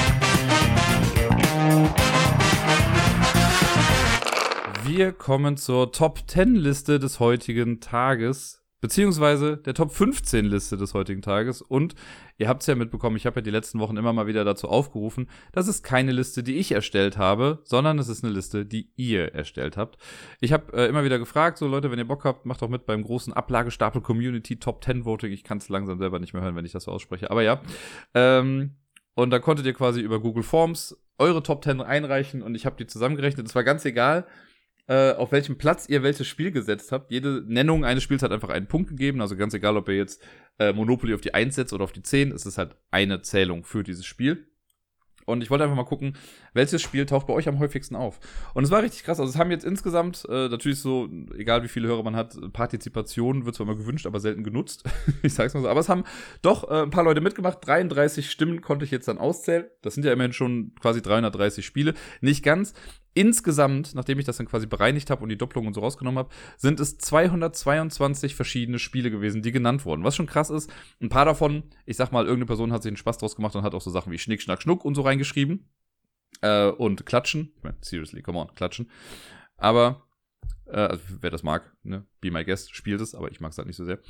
Wir kommen zur Top zehn Liste des heutigen Tages, beziehungsweise der Top fünfzehn Liste des heutigen Tages. Und ihr habt es ja mitbekommen, ich habe ja die letzten Wochen immer mal wieder dazu aufgerufen, das ist keine Liste, die ich erstellt habe, sondern es ist eine Liste, die ihr erstellt habt. Ich habe äh, immer wieder gefragt, so Leute, wenn ihr Bock habt, macht doch mit beim großen Ablagestapel Community Top zehn Voting. Ich kann es langsam selber nicht mehr hören, wenn ich das so ausspreche, aber ja. Ähm, und da konntet ihr quasi über Google Forms eure Top zehn einreichen und ich habe die zusammengerechnet. Es war ganz egal, Äh, auf welchem Platz ihr welches Spiel gesetzt habt. Jede Nennung eines Spiels hat einfach einen Punkt gegeben. Also ganz egal, ob ihr jetzt äh, Monopoly auf die eins setzt oder auf die zehn, es ist halt eine Zählung für dieses Spiel. Und ich wollte einfach mal gucken, welches Spiel taucht bei euch am häufigsten auf. Und es war richtig krass. Also es haben jetzt insgesamt, äh, natürlich so, egal wie viele Hörer man hat, Partizipation wird zwar immer gewünscht, aber selten genutzt. Ich sag's mal so. Aber es haben doch äh, ein paar Leute mitgemacht. dreiunddreißig Stimmen konnte ich jetzt dann auszählen. Das sind ja immerhin schon quasi dreihundertdreißig Spiele. Nicht ganz. Insgesamt, nachdem ich das dann quasi bereinigt habe und die Doppelung und so rausgenommen habe, sind es zweihundertzweiundzwanzig verschiedene Spiele gewesen, die genannt wurden. Was schon krass ist, ein paar davon, ich sag mal, irgendeine Person hat sich einen Spaß draus gemacht und hat auch so Sachen wie Schnick, Schnack, Schnuck und so reingeschrieben. Äh, und Klatschen. Ich meine, seriously, come on, Klatschen. Aber, äh, also, wer das mag, ne, Be My Guest, spielt es, aber ich mag es halt nicht so sehr.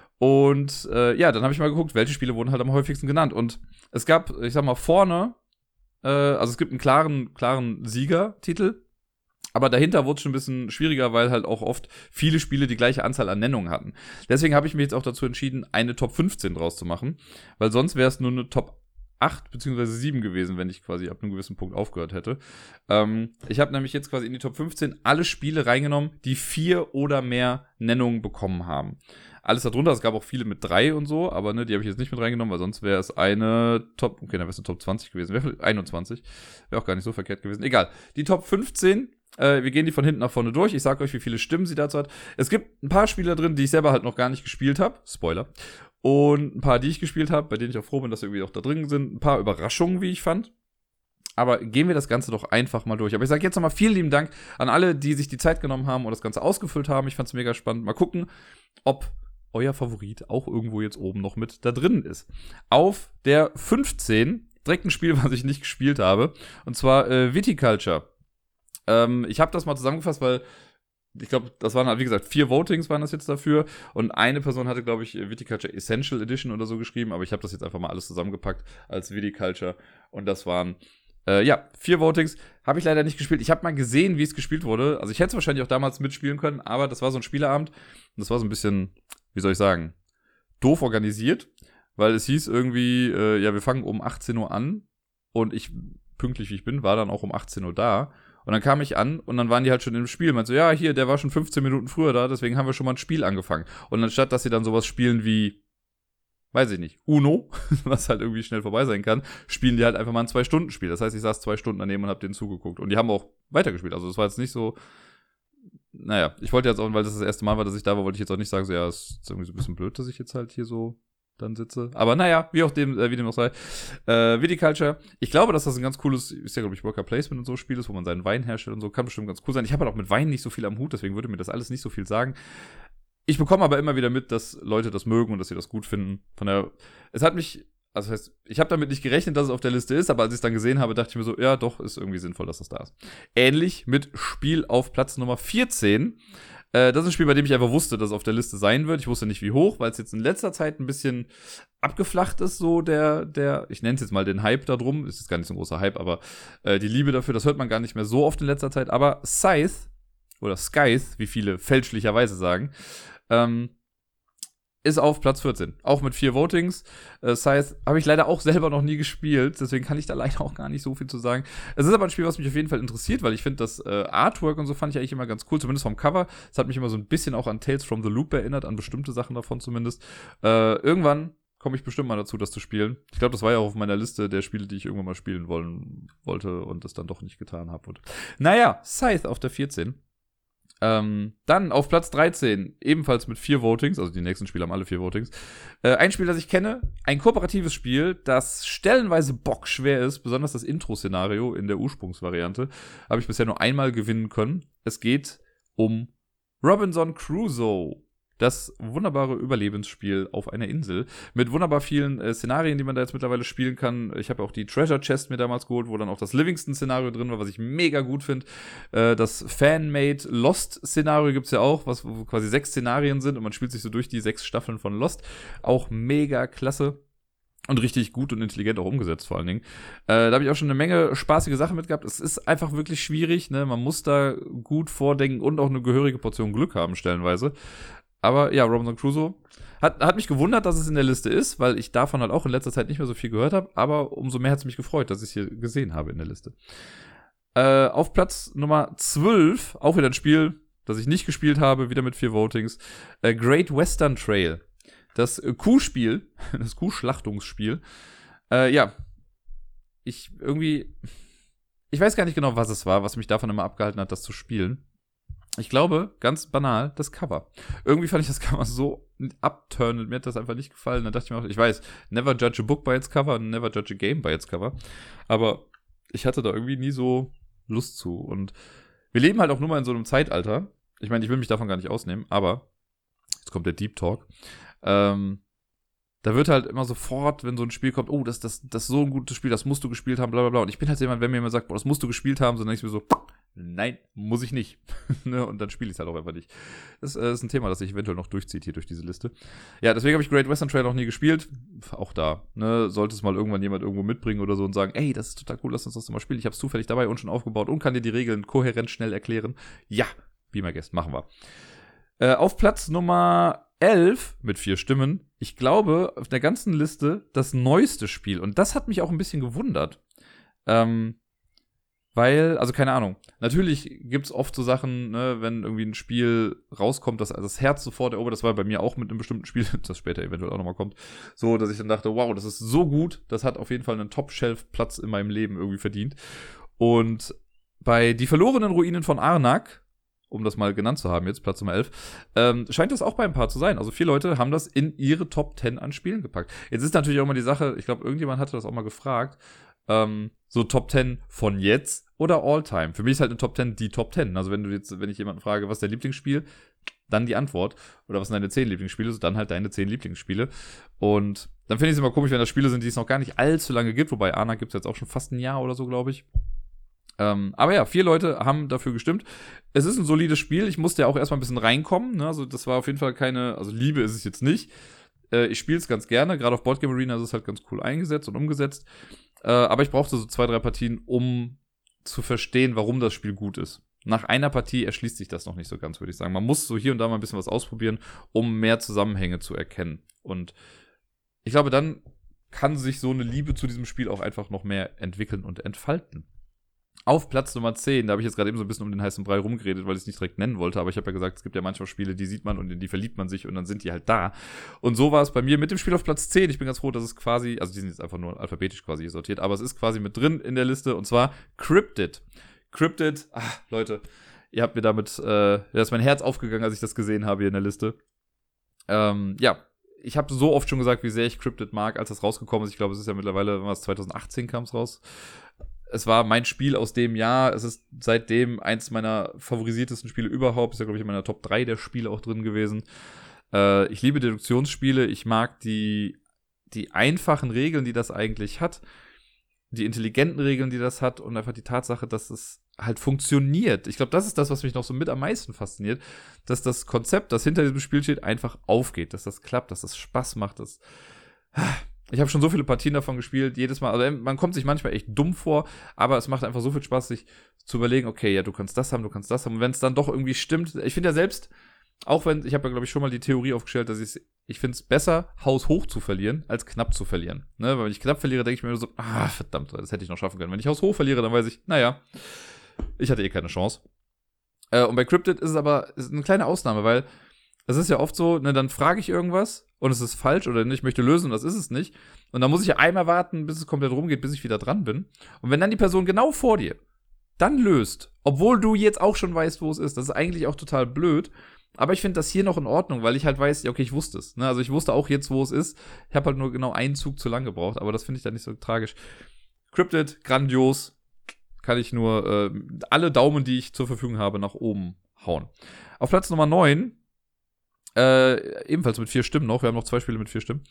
Und, äh, ja, dann habe ich mal geguckt, welche Spiele wurden halt am häufigsten genannt. Und es gab, ich sag mal, vorne, also es gibt einen klaren, klaren Siegertitel, aber dahinter wurde es schon ein bisschen schwieriger, weil halt auch oft viele Spiele die gleiche Anzahl an Nennungen hatten. Deswegen habe ich mich jetzt auch dazu entschieden, eine Top fünfzehn draus zu machen, weil sonst wäre es nur eine Top acht beziehungsweise sieben gewesen, wenn ich quasi ab einem gewissen Punkt aufgehört hätte. Ähm, ich habe nämlich jetzt quasi in die Top fünfzehn alle Spiele reingenommen, die vier oder mehr Nennungen bekommen haben. Alles darunter, es gab auch viele mit drei und so, aber ne, die habe ich jetzt nicht mit reingenommen, weil sonst wäre es eine Top, okay, dann wäre es eine Top zwanzig gewesen, wäre vielleicht einundzwanzig, wäre auch gar nicht so verkehrt gewesen. Egal, die Top fünfzehn, äh, wir gehen die von hinten nach vorne durch, ich sage euch, wie viele Stimmen sie dazu hat. Es gibt ein paar Spiele drin, die ich selber halt noch gar nicht gespielt habe, Spoiler, und ein paar, die ich gespielt habe, bei denen ich auch froh bin, dass sie irgendwie auch da drin sind, ein paar Überraschungen, wie ich fand. Aber gehen wir das Ganze doch einfach mal durch. Aber ich sage jetzt nochmal vielen lieben Dank an alle, die sich die Zeit genommen haben und das Ganze ausgefüllt haben. Ich fand es mega spannend. Mal gucken, ob euer Favorit auch irgendwo jetzt oben noch mit da drin ist. Auf der fünfzehn, direkt ein Spiel, was ich nicht gespielt habe, und zwar äh, Viticulture. Ähm, ich habe das mal zusammengefasst, weil ich glaube, das waren halt, wie gesagt, vier Votings waren das jetzt dafür. Und eine Person hatte, glaube ich, Viticulture Essential Edition oder so geschrieben. Aber ich habe das jetzt einfach mal alles zusammengepackt als Viticulture. Und das waren, äh, ja, vier Votings. Habe ich leider nicht gespielt. Ich habe mal gesehen, wie es gespielt wurde. Also ich hätte es wahrscheinlich auch damals mitspielen können. Aber das war so ein Spieleabend. Und das war so ein bisschen, wie soll ich sagen, doof organisiert. Weil es hieß irgendwie, äh, ja, wir fangen um achtzehn Uhr an. Und ich, pünktlich wie ich bin, war dann auch um achtzehn Uhr da. Und dann kam ich an und dann waren die halt schon im Spiel. Meinte so, ja, hier, der war schon fünfzehn Minuten früher da, deswegen haben wir schon mal ein Spiel angefangen. Und anstatt, dass sie dann sowas spielen wie, weiß ich nicht, Uno, was halt irgendwie schnell vorbei sein kann, spielen die halt einfach mal ein Zwei-Stunden-Spiel. Das heißt, ich saß zwei Stunden daneben und hab denen zugeguckt. Und die haben auch weitergespielt. Also das war jetzt nicht so, naja, ich wollte jetzt auch, weil das das erste Mal war, dass ich da war, wollte ich jetzt auch nicht sagen, so, ja, es ist irgendwie so ein bisschen blöd, dass ich jetzt halt hier so dann sitze. Aber naja, wie auch dem, äh, wie dem auch sei. Äh, Viticulture. Ich glaube, dass das ein ganz cooles, ist ja, glaube ich, Worker Placement und so Spiel ist, wo man seinen Wein herstellt und so. Kann bestimmt ganz cool sein. Ich habe halt auch mit Wein nicht so viel am Hut, deswegen würde mir das alles nicht so viel sagen. Ich bekomme aber immer wieder mit, dass Leute das mögen und dass sie das gut finden. Von der, es hat mich, also das heißt, ich habe damit nicht gerechnet, dass es auf der Liste ist, aber als ich es dann gesehen habe, dachte ich mir so, ja, doch, ist irgendwie sinnvoll, dass das da ist. Ähnlich mit Spiel auf Platz Nummer vierzehn. Äh, das ist ein Spiel, bei dem ich einfach wusste, dass es auf der Liste sein wird. Ich wusste nicht, wie hoch, weil es jetzt in letzter Zeit ein bisschen abgeflacht ist, so der, der, ich nenne es jetzt mal den Hype da drum. Ist jetzt gar nicht so ein großer Hype, aber äh, die Liebe dafür, das hört man gar nicht mehr so oft in letzter Zeit. Aber Scythe, oder Scythe, wie viele fälschlicherweise sagen, ähm, ist auf Platz vierzehn. Auch mit vier Votings. Äh, Scythe habe ich leider auch selber noch nie gespielt, deswegen kann ich da leider auch gar nicht so viel zu sagen. Es ist aber ein Spiel, was mich auf jeden Fall interessiert, weil ich finde, das äh, Artwork und so fand ich eigentlich immer ganz cool, zumindest vom Cover. Es hat mich immer so ein bisschen auch an Tales from the Loop erinnert, an bestimmte Sachen davon zumindest. Äh, irgendwann komme ich bestimmt mal dazu, das zu spielen. Ich glaube, das war ja auch auf meiner Liste der Spiele, die ich irgendwann mal spielen wollen wollte und das dann doch nicht getan habe. Und naja, Scythe auf der vierzehn. Ähm, dann auf Platz dreizehn, ebenfalls mit vier Votings, also die nächsten Spiele haben alle vier Votings. Äh, ein Spiel, das ich kenne, ein kooperatives Spiel, das stellenweise bockschwer ist, besonders das Intro-Szenario in der Ursprungsvariante, habe ich bisher nur einmal gewinnen können. Es geht um Robinson Crusoe. Das wunderbare Überlebensspiel auf einer Insel mit wunderbar vielen äh, Szenarien, die man da jetzt mittlerweile spielen kann. Ich habe auch die Treasure Chest mir damals geholt, wo dann auch das Livingston-Szenario drin war, was ich mega gut finde. Äh, das Fan-Made Lost-Szenario gibt's ja auch, was wo quasi sechs Szenarien sind und man spielt sich so durch die sechs Staffeln von Lost. Auch mega klasse. Und richtig gut und intelligent auch umgesetzt, vor allen Dingen. Äh, da habe ich auch schon eine Menge spaßige Sachen mit gehabt. Es ist einfach wirklich schwierig, ne? Man muss da gut vordenken und auch eine gehörige Portion Glück haben, stellenweise. Aber ja, Robinson Crusoe hat, hat mich gewundert, dass es in der Liste ist, weil ich davon halt auch in letzter Zeit nicht mehr so viel gehört habe. Aber umso mehr hat es mich gefreut, dass ich es hier gesehen habe in der Liste. Äh, auf Platz Nummer zwölf, auch wieder ein Spiel, das ich nicht gespielt habe, wieder mit vier Votings. Äh, Great Western Trail. Das äh, Kuhspiel, das Kuhschlachtungsspiel. Äh, ja, ich irgendwie, ich weiß gar nicht genau, was es war, was mich davon immer abgehalten hat, das zu spielen. Ich glaube, ganz banal, das Cover. Irgendwie fand ich das Cover so abturnend. Mir hat das einfach nicht gefallen. Dann dachte ich mir auch, ich weiß, never judge a book by its cover, never judge a game by its cover. Aber ich hatte da irgendwie nie so Lust zu. Und wir leben halt auch nur mal in so einem Zeitalter. Ich meine, ich will mich davon gar nicht ausnehmen, aber jetzt kommt der Deep Talk. Ähm, da wird halt immer sofort, wenn so ein Spiel kommt, oh, das, das, das ist so ein gutes Spiel, das musst du gespielt haben, bla bla bla. Und ich bin halt jemand, wenn mir jemand sagt, boah, das musst du gespielt haben, so dann denke ich mir so, nein, muss ich nicht. Und dann spiele ich es halt auch einfach nicht. Das äh, ist ein Thema, das sich eventuell noch durchzieht hier durch diese Liste. Ja, deswegen habe ich Great Western Trail noch nie gespielt. Auch da, ne, sollte es mal irgendwann jemand irgendwo mitbringen oder so und sagen, ey, das ist total cool, lass uns das mal spielen. Ich habe es zufällig dabei und schon aufgebaut und kann dir die Regeln kohärent schnell erklären. Ja, be my guest, machen wir. Äh, auf Platz Nummer elf mit vier Stimmen, ich glaube, auf der ganzen Liste das neueste Spiel. Und das hat mich auch ein bisschen gewundert. Ähm, Weil, also keine Ahnung, natürlich gibt's oft so Sachen, ne, wenn irgendwie ein Spiel rauskommt, dass also das Herz sofort erobert, das war bei mir auch mit einem bestimmten Spiel, das später eventuell auch nochmal kommt, so, dass ich dann dachte, wow, das ist so gut, das hat auf jeden Fall einen Top-Shelf-Platz in meinem Leben irgendwie verdient. Und bei Die verlorenen Ruinen von Arnak, um das mal genannt zu haben jetzt, Platz Nummer elf, ähm, scheint das auch bei ein paar zu sein. Also vier Leute haben das in ihre Top zehn an Spielen gepackt. Jetzt ist natürlich auch mal die Sache, ich glaube, irgendjemand hatte das auch mal gefragt, ähm, so Top zehn von jetzt oder All-Time. Für mich ist halt eine Top zehn die Top zehn. Also wenn du jetzt, wenn ich jemanden frage, was ist dein Lieblingsspiel, dann die Antwort. Oder was sind deine zehn Lieblingsspiele, so dann halt deine zehn Lieblingsspiele. Und dann finde ich es immer komisch, wenn das Spiele sind, die es noch gar nicht allzu lange gibt. Wobei Arnak gibt es jetzt auch schon fast ein Jahr oder so, glaube ich. Ähm, aber ja, vier Leute haben dafür gestimmt. Es ist ein solides Spiel. Ich musste ja auch erstmal ein bisschen reinkommen. Ne? Also das war auf jeden Fall keine, also Liebe ist es jetzt nicht. Äh, ich spiele es ganz gerne. Gerade auf Boardgame Arena ist es halt ganz cool eingesetzt und umgesetzt. Äh, aber ich brauchte so zwei, drei Partien, um zu verstehen, warum das Spiel gut ist. Nach einer Partie erschließt sich das noch nicht so ganz, würde ich sagen. Man muss so hier und da mal ein bisschen was ausprobieren, um mehr Zusammenhänge zu erkennen. Und ich glaube, dann kann sich so eine Liebe zu diesem Spiel auch einfach noch mehr entwickeln und entfalten. Auf Platz Nummer zehn, da habe ich jetzt gerade eben so ein bisschen um den heißen Brei rumgeredet, weil ich es nicht direkt nennen wollte, aber ich habe ja gesagt, es gibt ja manchmal Spiele, die sieht man und in die verliebt man sich und dann sind die halt da. Und so war es bei mir mit dem Spiel auf Platz zehn. Ich bin ganz froh, dass es quasi, also die sind jetzt einfach nur alphabetisch quasi sortiert, aber es ist quasi mit drin in der Liste und zwar Cryptid. Cryptid, ach, Leute, ihr habt mir damit, äh, da ist mein Herz aufgegangen, als ich das gesehen habe hier in der Liste. Ähm, ja, ich habe so oft schon gesagt, wie sehr ich Cryptid mag, als das rausgekommen ist. Ich glaube, es ist ja mittlerweile, was, zwanzig achtzehn kam es raus. Es war mein Spiel aus dem Jahr. Es ist seitdem eins meiner favorisiertesten Spiele überhaupt. Ist ja, glaube ich, in meiner Top drei der Spiele auch drin gewesen. Äh, ich liebe Deduktionsspiele. Ich mag die, die einfachen Regeln, die das eigentlich hat. Die intelligenten Regeln, die das hat. Und einfach die Tatsache, dass es halt funktioniert. Ich glaube, das ist das, was mich noch so mit am meisten fasziniert. Dass das Konzept, das hinter diesem Spiel steht, einfach aufgeht. Dass das klappt, dass das Spaß macht. Dass Ich habe schon so viele Partien davon gespielt, jedes Mal, also man kommt sich manchmal echt dumm vor, aber es macht einfach so viel Spaß, sich zu überlegen, okay, ja, du kannst das haben, du kannst das haben. Und wenn es dann doch irgendwie stimmt, ich finde ja selbst, auch wenn, ich habe ja, glaube ich, schon mal die Theorie aufgestellt, dass ich ich finde es besser, Haus hoch zu verlieren, als knapp zu verlieren. Ne? Weil wenn ich knapp verliere, denke ich mir nur so, ah, verdammt, das hätte ich noch schaffen können. Wenn ich Haus hoch verliere, dann weiß ich, naja, ich hatte eh keine Chance. Äh, und bei Cryptid ist es aber ist eine kleine Ausnahme, weil es ist ja oft so, ne, dann frage ich irgendwas und es ist falsch oder ich möchte lösen und das ist es nicht. Und dann muss ich ja einmal warten, bis es komplett rumgeht, bis ich wieder dran bin. Und wenn dann die Person genau vor dir dann löst, obwohl du jetzt auch schon weißt, wo es ist, das ist eigentlich auch total blöd. Aber ich finde das hier noch in Ordnung, weil ich halt weiß, ja, okay, ich wusste es. Ne? Also ich wusste auch jetzt, wo es ist. Ich habe halt nur genau einen Zug zu lang gebraucht, aber das finde ich dann nicht so tragisch. Cryptid, grandios. Kann ich nur äh, alle Daumen, die ich zur Verfügung habe, nach oben hauen. Auf Platz Nummer neun, Äh, ebenfalls mit vier Stimmen noch, wir haben noch zwei Spiele mit vier Stimmen,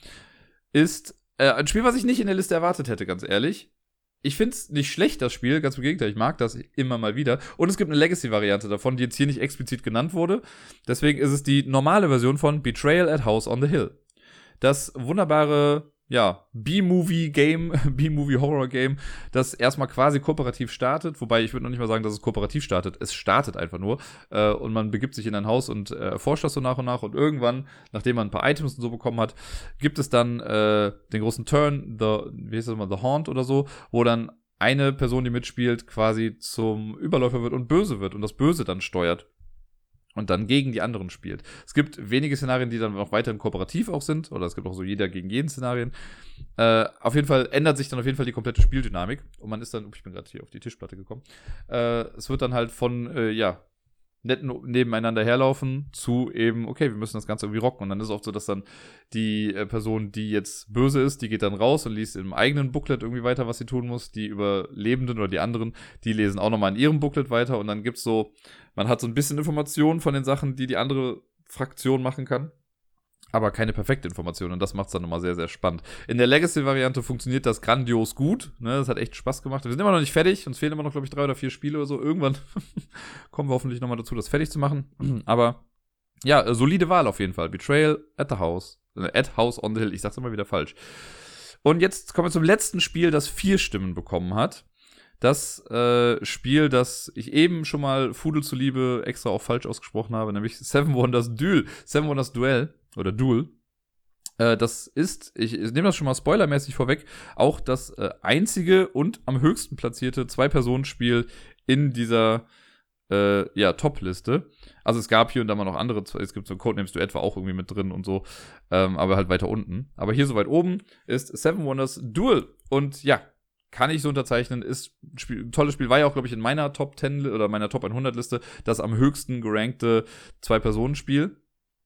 ist äh, ein Spiel, was ich nicht in der Liste erwartet hätte, ganz ehrlich. Ich finde es nicht schlecht, das Spiel, ganz im Gegenteil, ich mag das immer mal wieder. Und es gibt eine Legacy-Variante davon, die jetzt hier nicht explizit genannt wurde. Deswegen ist es die normale Version von Betrayal at House on the Hill. Das wunderbare, ja, B-Movie-Game, B-Movie-Horror-Game, das erstmal quasi kooperativ startet, wobei ich würde noch nicht mal sagen, dass es kooperativ startet, es startet einfach nur äh, und man begibt sich in ein Haus und äh, erforscht das so nach und nach und irgendwann, nachdem man ein paar Items und so bekommen hat, gibt es dann äh, den großen Turn, the, wie heißt das mal, The Haunt oder so, wo dann eine Person, die mitspielt, quasi zum Überläufer wird und böse wird und das Böse dann steuert. Und dann gegen die anderen spielt. Es gibt wenige Szenarien, die dann noch weiterhin kooperativ auch sind. Oder es gibt auch so jeder gegen jeden Szenarien. Äh, auf jeden Fall ändert sich dann auf jeden Fall die komplette Spieldynamik. Und man ist dann, ich bin gerade hier auf die Tischplatte gekommen. Äh, es wird dann halt von, äh, ja, netten nebeneinander herlaufen zu eben, okay, wir müssen das Ganze irgendwie rocken. Und dann ist es oft so, dass dann die äh, Person, die jetzt böse ist, die geht dann raus und liest im eigenen Booklet irgendwie weiter, was sie tun muss. Die Überlebenden oder die anderen, die lesen auch nochmal in ihrem Booklet weiter. Und dann gibt's so, man hat so ein bisschen Informationen von den Sachen, die die andere Fraktion machen kann. Aber keine perfekte Information und das macht es dann nochmal sehr, sehr spannend. In der Legacy-Variante funktioniert das grandios gut. Ne? Das hat echt Spaß gemacht. Wir sind immer noch nicht fertig. Uns fehlen immer noch, glaube ich, drei oder vier Spiele oder so. Irgendwann kommen wir hoffentlich nochmal dazu, das fertig zu machen. Aber ja, solide Wahl auf jeden Fall. Betrayal at the House. Äh, at House on the Hill. Ich sag's immer wieder falsch. Und jetzt kommen wir zum letzten Spiel, das vier Stimmen bekommen hat. Das äh, Spiel, das ich eben schon mal Fudel zuliebe extra auch falsch ausgesprochen habe, nämlich Seven Wonders Duel. Seven Wonders Duel. Oder Duel. Äh, das ist, ich, ich nehme das schon mal spoilermäßig vorweg, auch das äh, einzige und am höchsten platzierte Zwei-Personen-Spiel in dieser äh, ja, Top-Liste. Also es gab hier und da mal noch andere, es gibt so Codenames Duet war auch irgendwie mit drin und so, ähm, aber halt weiter unten. Aber hier so weit oben ist Seven Wonders Duel. Und ja, kann ich so unterzeichnen, ist ein, Spiel, ein tolles Spiel, war ja auch, glaube ich, in meiner Top zehn oder meiner Top hundert Liste das am höchsten gerankte Zwei-Personen-Spiel.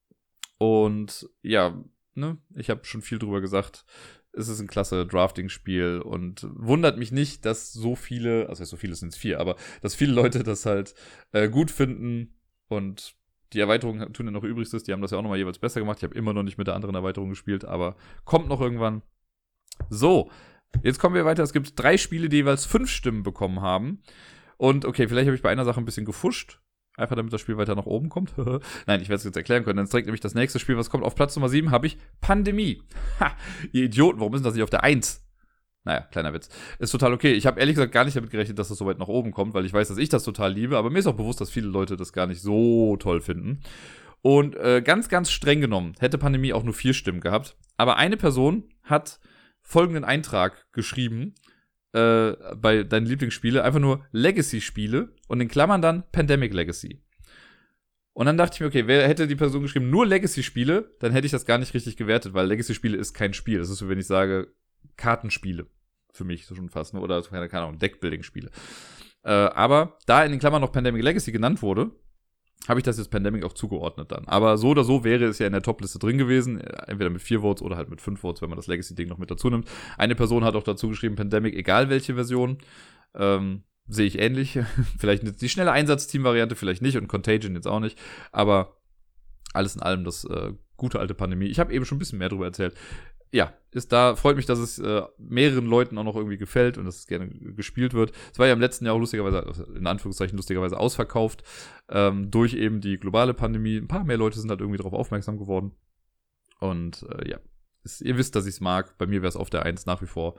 Und ja, ne, ich habe schon viel drüber gesagt. Es ist ein klasse Drafting-Spiel und wundert mich nicht, dass so viele, also so viele sind es vier, aber dass viele Leute das halt äh, gut finden und die Erweiterungen tun ja noch Übrigstes, die haben das ja auch nochmal jeweils besser gemacht. Ich habe immer noch nicht mit der anderen Erweiterung gespielt, aber kommt noch irgendwann. So, jetzt kommen wir weiter. Es gibt drei Spiele, die jeweils fünf Stimmen bekommen haben. Und okay, vielleicht habe ich bei einer Sache ein bisschen gefuscht. Einfach damit das Spiel weiter nach oben kommt. Nein, ich werde es jetzt erklären können. Dann ist direkt nämlich das nächste Spiel, was kommt. Auf Platz Nummer sieben habe ich Pandemie. Ha, ihr Idioten, warum ist das nicht auf der eins? Naja, kleiner Witz. Ist total okay. Ich habe ehrlich gesagt gar nicht damit gerechnet, dass das so weit nach oben kommt, weil ich weiß, dass ich das total liebe. Aber mir ist auch bewusst, dass viele Leute das gar nicht so toll finden. Und äh, ganz, ganz streng genommen hätte Pandemie auch nur vier Stimmen gehabt. Aber eine Person hat folgenden Eintrag geschrieben äh, bei deinen Lieblingsspiele. Einfach nur Legacy-Spiele und in Klammern dann Pandemic Legacy. Und dann dachte ich mir, okay, wer hätte die Person geschrieben, nur Legacy-Spiele, dann hätte ich das gar nicht richtig gewertet, weil Legacy-Spiele ist kein Spiel. Das ist so, wenn ich sage, Kartenspiele. Für mich so schon fast, ne? Oder keine Ahnung, Deckbuilding-Spiele. Äh, aber da in den Klammern noch Pandemic Legacy genannt wurde, habe ich das jetzt Pandemic auch zugeordnet dann. Aber so oder so wäre es ja in der Top-Liste drin gewesen. Entweder mit vier Votes oder halt mit fünf Votes, wenn man das Legacy-Ding noch mit dazu nimmt. Eine Person hat auch dazu geschrieben, Pandemic, egal welche Version. Ähm, sehe ich ähnlich. Vielleicht die schnelle Einsatzteam-Variante, vielleicht nicht. Und Contagion jetzt auch nicht. Aber alles in allem das äh, gute alte Pandemie. Ich habe eben schon ein bisschen mehr darüber erzählt. Ja, ist da, freut mich, dass es äh, mehreren Leuten auch noch irgendwie gefällt und dass es gerne gespielt wird. Es war ja im letzten Jahr auch lustigerweise, in Anführungszeichen lustigerweise ausverkauft, ähm, durch eben die globale Pandemie. Ein paar mehr Leute sind halt irgendwie darauf aufmerksam geworden. Und äh, ja, ist, ihr wisst, dass ich es mag. Bei mir wäre es auf der eins nach wie vor.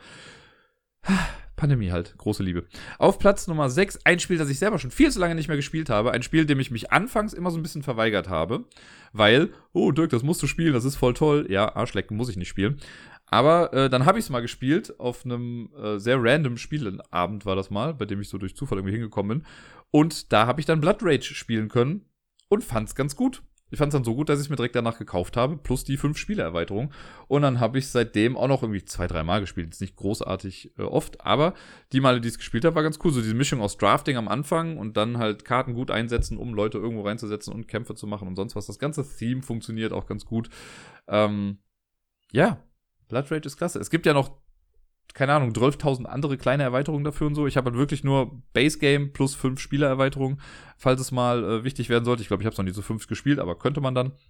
Pandemie halt, große Liebe. Auf Platz Nummer sechs, ein Spiel, das ich selber schon viel zu lange nicht mehr gespielt habe. Ein Spiel, dem ich mich anfangs immer so ein bisschen verweigert habe. Weil, oh Dirk, das musst du spielen, das ist voll toll. Ja, Arschlecken muss ich nicht spielen. Aber äh, dann habe ich es mal gespielt. Auf einem äh, sehr random Spieleabend war das mal, bei dem ich so durch Zufall irgendwie hingekommen bin. Und da habe ich dann Blood Rage spielen können und fand es ganz gut. Ich fand es dann so gut, dass ich es mir direkt danach gekauft habe, plus die fünf Spiele-Erweiterung. Und dann habe ich seitdem auch noch irgendwie zwei, drei Mal gespielt. Jetzt nicht großartig äh, oft, aber die Male, die ich es gespielt habe, war ganz cool. So diese Mischung aus Drafting am Anfang und dann halt Karten gut einsetzen, um Leute irgendwo reinzusetzen und Kämpfe zu machen und sonst was. Das ganze Theme funktioniert auch ganz gut. Ähm, ja, Blood Rage ist klasse. Es gibt ja noch, keine Ahnung, zwölftausend andere kleine Erweiterungen dafür und so. Ich habe halt wirklich nur Base Game plus fünf Spielererweiterungen, falls es mal äh, wichtig werden sollte. Ich glaube, ich habe es noch nie so fünf gespielt, aber könnte man dann.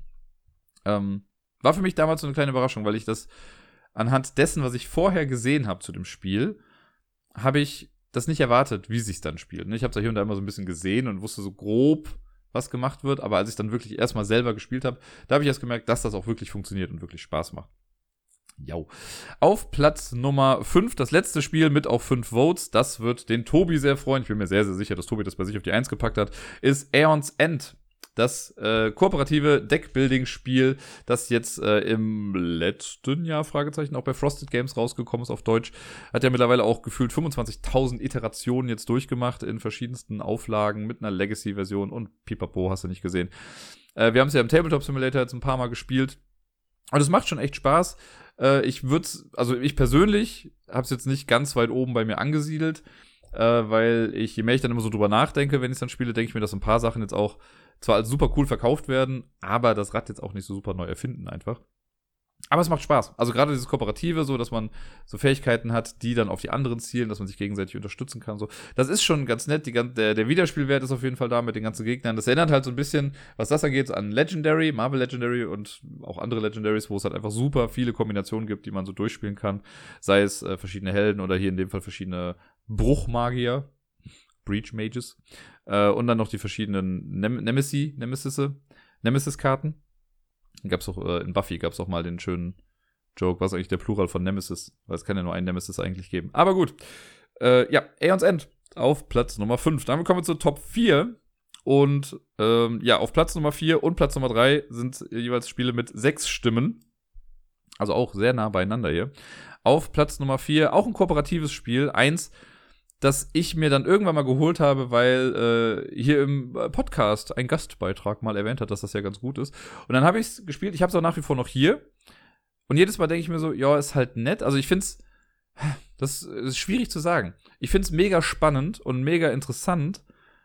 Ähm, war für mich damals so eine kleine Überraschung, weil ich das anhand dessen, was ich vorher gesehen habe zu dem Spiel, habe ich das nicht erwartet, wie sich dann spielt. Ich habe es ja hier und da immer so ein bisschen gesehen und wusste so grob, was gemacht wird, aber als ich dann wirklich erstmal selber gespielt habe, da habe ich erst gemerkt, dass das auch wirklich funktioniert und wirklich Spaß macht. Jau. Auf Platz Nummer fünf, das letzte Spiel mit auch fünf Votes, das wird den Tobi sehr freuen. Ich bin mir sehr, sehr sicher, dass Tobi das bei sich auf die eins gepackt hat, ist Aeon's End. Das äh, kooperative Deckbuilding-Spiel, das jetzt äh, im letzten Jahr, Fragezeichen, auch bei Frosted Games rausgekommen ist auf Deutsch, hat ja mittlerweile auch gefühlt fünfundzwanzigtausend Iterationen jetzt durchgemacht in verschiedensten Auflagen mit einer Legacy-Version und pipapo, hast du nicht gesehen. Äh, wir haben es ja im Tabletop Simulator jetzt ein paar Mal gespielt und es macht schon echt Spaß. Äh, ich würde also ich persönlich habe es jetzt nicht ganz weit oben bei mir angesiedelt, äh, weil ich, je mehr ich dann immer so drüber nachdenke, wenn ich es dann spiele, denke ich mir, dass ein paar Sachen jetzt auch zwar als super cool verkauft werden, aber das Rad jetzt auch nicht so super neu erfinden einfach. Aber es macht Spaß. Also gerade dieses Kooperative, so, dass man so Fähigkeiten hat, die dann auf die anderen zielen, dass man sich gegenseitig unterstützen kann. So. Das ist schon ganz nett. Die, der, der Wiederspielwert ist auf jeden Fall da mit den ganzen Gegnern. Das erinnert halt so ein bisschen, was das angeht, an Legendary, Marvel Legendary und auch andere Legendaries, wo es halt einfach super viele Kombinationen gibt, die man so durchspielen kann. Sei es äh, verschiedene Helden oder hier in dem Fall verschiedene Bruchmagier, Breach Mages. Äh, und dann noch die verschiedenen Nem- Nemesis, Nemesis, Nemesis-Karten. Gab's auch, äh, in Buffy gab's auch mal den schönen Joke, was ist eigentlich der Plural von Nemesis? Weil es kann ja nur einen Nemesis eigentlich geben. Aber gut. Äh, ja, Aeon's End auf Platz Nummer fünf. Dann kommen wir zur Top vier. Und ähm, ja, auf Platz Nummer vier und Platz Nummer drei sind jeweils Spiele mit sechs Stimmen. Also auch sehr nah beieinander hier. Auf Platz Nummer vier auch ein kooperatives Spiel. Eins, das ich mir dann irgendwann mal geholt habe, weil äh, hier im Podcast ein Gastbeitrag mal erwähnt hat, dass das ja ganz gut ist. Und dann habe ich es gespielt. Ich habe es auch nach wie vor noch hier. Und jedes Mal denke ich mir so, ja, ist halt nett. Also ich finde es, das ist schwierig zu sagen. Ich finde es mega spannend und mega interessant,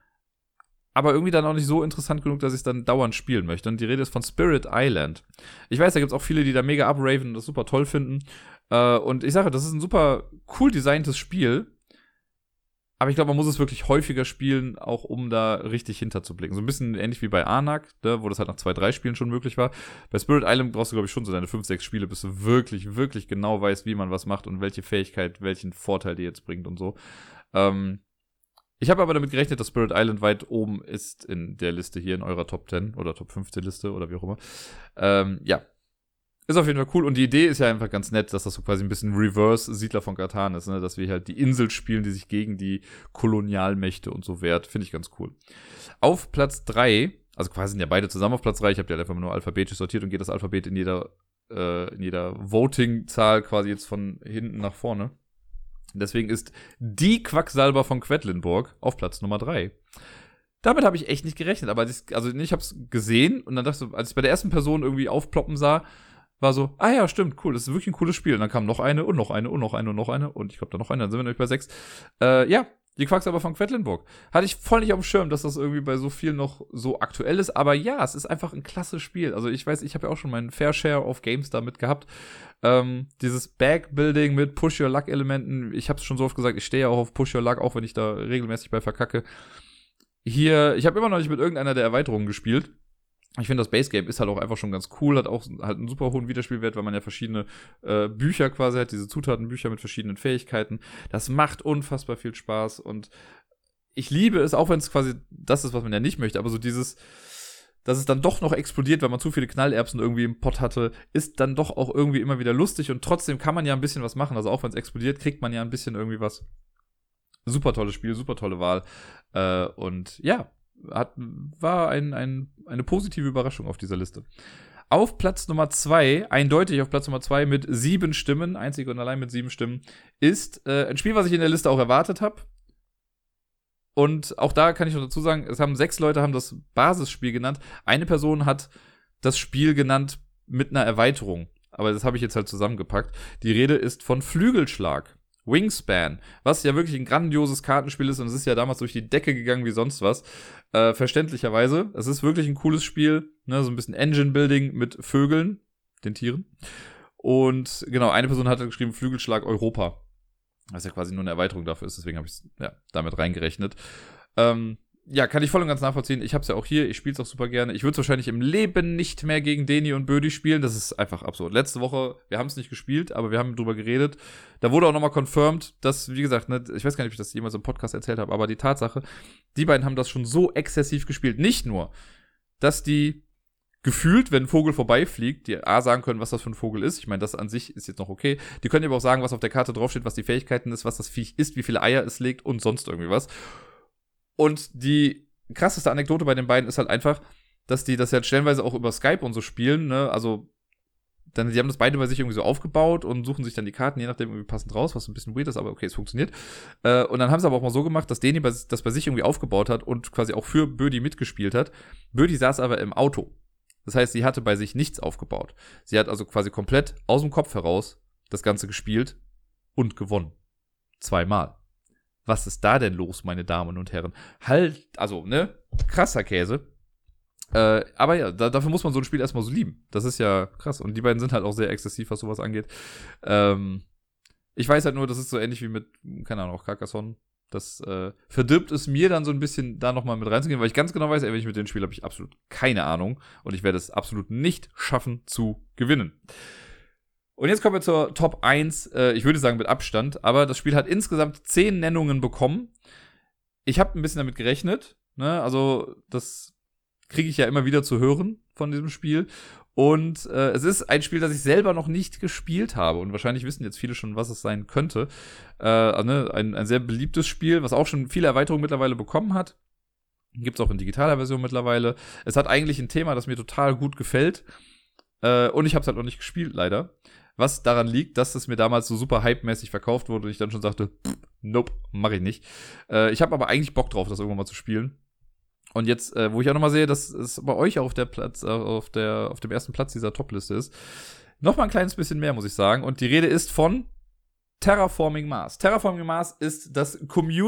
aber irgendwie dann auch nicht so interessant genug, dass ich es dann dauernd spielen möchte. Und die Rede ist von Spirit Island. Ich weiß, da gibt es auch viele, die da mega upraven und das super toll finden. Äh, und ich sage, das ist ein super cool designtes Spiel. Aber ich glaube, man muss es wirklich häufiger spielen, auch um da richtig hinterzublicken. So ein bisschen ähnlich wie bei Arnak, ne, wo das halt nach zwei, drei Spielen schon möglich war. Bei Spirit Island brauchst du, glaube ich, schon so deine fünf, sechs Spiele, bis du wirklich, wirklich genau weißt, wie man was macht und welche Fähigkeit welchen Vorteil dir jetzt bringt und so. Ähm, Ich habe aber damit gerechnet, dass Spirit Island weit oben ist in der Liste hier, in eurer Top zehn oder Top fünfzehn Liste oder wie auch immer. Ähm, ja. Ist auf jeden Fall cool. Und die Idee ist ja einfach ganz nett, dass das so quasi ein bisschen Reverse-Siedler von Catan ist, ne? Dass wir halt die Insel spielen, die sich gegen die Kolonialmächte und so wehrt. Finde ich ganz cool. Auf Platz drei, also quasi sind ja beide zusammen auf Platz drei, ich habe die halt einfach nur alphabetisch sortiert und geht das Alphabet in jeder, äh, in jeder Voting-Zahl quasi jetzt von hinten nach vorne. Deswegen ist die Quacksalber von Quedlinburg auf Platz Nummer drei. Damit habe ich echt nicht gerechnet, aber ich, also ich habe es gesehen und dann dachte ich, als ich bei der ersten Person irgendwie aufploppen sah, war so, ah ja, stimmt, cool, das ist wirklich ein cooles Spiel. Und dann kam noch eine und noch eine und noch eine und noch eine und ich glaube da noch eine, dann sind wir nämlich bei sechs. Äh, ja, die Quacksalber von Quedlinburg. Hatte ich voll nicht auf dem Schirm, dass das irgendwie bei so vielen noch so aktuell ist, aber ja, es ist einfach ein klasse Spiel. Also ich weiß, ich habe ja auch schon meinen Fair Share of Games damit gehabt. Ähm, dieses Backbuilding mit Push-Your-Luck-Elementen, ich habe es schon so oft gesagt, ich stehe ja auch auf Push-Your-Luck, auch wenn ich da regelmäßig bei verkacke. Hier, ich habe immer noch nicht mit irgendeiner der Erweiterungen gespielt. Ich finde, das Base Game ist halt auch einfach schon ganz cool, hat auch halt einen super hohen Wiederspielwert, weil man ja verschiedene äh, Bücher quasi hat, diese Zutatenbücher mit verschiedenen Fähigkeiten. Das macht unfassbar viel Spaß und ich liebe es, auch wenn es quasi das ist, was man ja nicht möchte, aber so dieses, dass es dann doch noch explodiert, weil man zu viele Knallerbsen irgendwie im Pott hatte, ist dann doch auch irgendwie immer wieder lustig und trotzdem kann man ja ein bisschen was machen. Also auch wenn es explodiert, kriegt man ja ein bisschen irgendwie was. Super tolles Spiel, super tolle Wahl. Äh, und ja, hat, war ein, ein, eine positive Überraschung auf dieser Liste. Auf Platz Nummer zwei, eindeutig auf Platz Nummer zwei mit sieben Stimmen, einzig und allein mit sieben Stimmen, ist äh, ein Spiel, was ich in der Liste auch erwartet habe. Und auch da kann ich noch dazu sagen, es haben sechs Leute haben das Basisspiel genannt. Eine Person hat das Spiel genannt mit einer Erweiterung. Aber das habe ich jetzt halt zusammengepackt. Die Rede ist von Flügelschlag. Wingspan, was ja wirklich ein grandioses Kartenspiel ist und es ist ja damals durch die Decke gegangen wie sonst was. Äh, verständlicherweise. Es ist wirklich ein cooles Spiel, ne, so ein bisschen Engine-Building mit Vögeln, den Tieren. Und genau, eine Person hat geschrieben Flügelschlag Europa. Was ja quasi nur eine Erweiterung dafür ist, deswegen habe ich es ja, damit reingerechnet. Ähm, ja, kann ich voll und ganz nachvollziehen. Ich habe es ja auch hier, ich spiele es auch super gerne. Ich würde es wahrscheinlich im Leben nicht mehr gegen Deni und Bödi spielen. Das ist einfach absurd. Letzte Woche, wir haben es nicht gespielt, aber wir haben drüber geredet. Da wurde auch nochmal confirmed, dass, wie gesagt, ne, ich weiß gar nicht, ob ich das jemals im Podcast erzählt habe, aber die Tatsache, die beiden haben das schon so exzessiv gespielt. Nicht nur, dass die gefühlt, wenn ein Vogel vorbeifliegt, die A sagen können, was das für ein Vogel ist. Ich meine, das an sich ist jetzt noch okay. Die können aber auch sagen, was auf der Karte draufsteht, was die Fähigkeiten ist, was das Viech ist, wie viele Eier es legt und sonst irgendwie was. Und die krasseste Anekdote bei den beiden ist halt einfach, dass die das ja stellenweise auch über Skype und so spielen, ne, also dann, die haben das beide bei sich irgendwie so aufgebaut und suchen sich dann die Karten, je nachdem irgendwie passend raus, was ein bisschen weird ist, aber okay, es funktioniert. Äh, und dann haben sie aber auch mal so gemacht, dass Deni das bei sich irgendwie aufgebaut hat und quasi auch für Bödi mitgespielt hat. Bödi saß aber im Auto. Das heißt, sie hatte bei sich nichts aufgebaut. Sie hat also quasi komplett aus dem Kopf heraus das Ganze gespielt und gewonnen. Zweimal. Was ist da denn los, meine Damen und Herren? Halt, also, ne? Krasser Käse. Äh, aber ja, da, dafür muss man so ein Spiel erstmal so lieben. Das ist ja krass. Und die beiden sind halt auch sehr exzessiv, was sowas angeht. Ähm, ich weiß halt nur, das ist so ähnlich wie mit, keine Ahnung, auch Carcassonne. Das äh, verdirbt es mir dann so ein bisschen, da nochmal mit reinzugehen, weil ich ganz genau weiß, ey, wenn ich mit denen spiele, habe ich absolut keine Ahnung. Und ich werde es absolut nicht schaffen zu gewinnen. Und jetzt kommen wir zur Top eins, äh, ich würde sagen mit Abstand, aber das Spiel hat insgesamt zehn Nennungen bekommen. Ich habe ein bisschen damit gerechnet, ne? Also das kriege ich ja immer wieder zu hören von diesem Spiel. Und äh, es ist ein Spiel, das ich selber noch nicht gespielt habe. Und wahrscheinlich wissen jetzt viele schon, was es sein könnte. Äh, ne? ein, ein sehr beliebtes Spiel, was auch schon viele Erweiterungen mittlerweile bekommen hat. Gibt es auch in digitaler Version mittlerweile. Es hat eigentlich ein Thema, das mir total gut gefällt. Äh, und ich habe es halt noch nicht gespielt, leider. Was daran liegt, dass es mir damals so super hype-mäßig verkauft wurde und ich dann schon sagte, pff, nope, mach ich nicht. Äh, ich habe aber eigentlich Bock drauf, das irgendwann mal zu spielen. Und jetzt, äh, wo ich auch nochmal sehe, dass es bei euch auch auf der Platz, äh, auf der, auf dem ersten Platz dieser Top-Liste ist, nochmal ein kleines bisschen mehr, muss ich sagen. Und die Rede ist von Terraforming Mars. Terraforming Mars ist das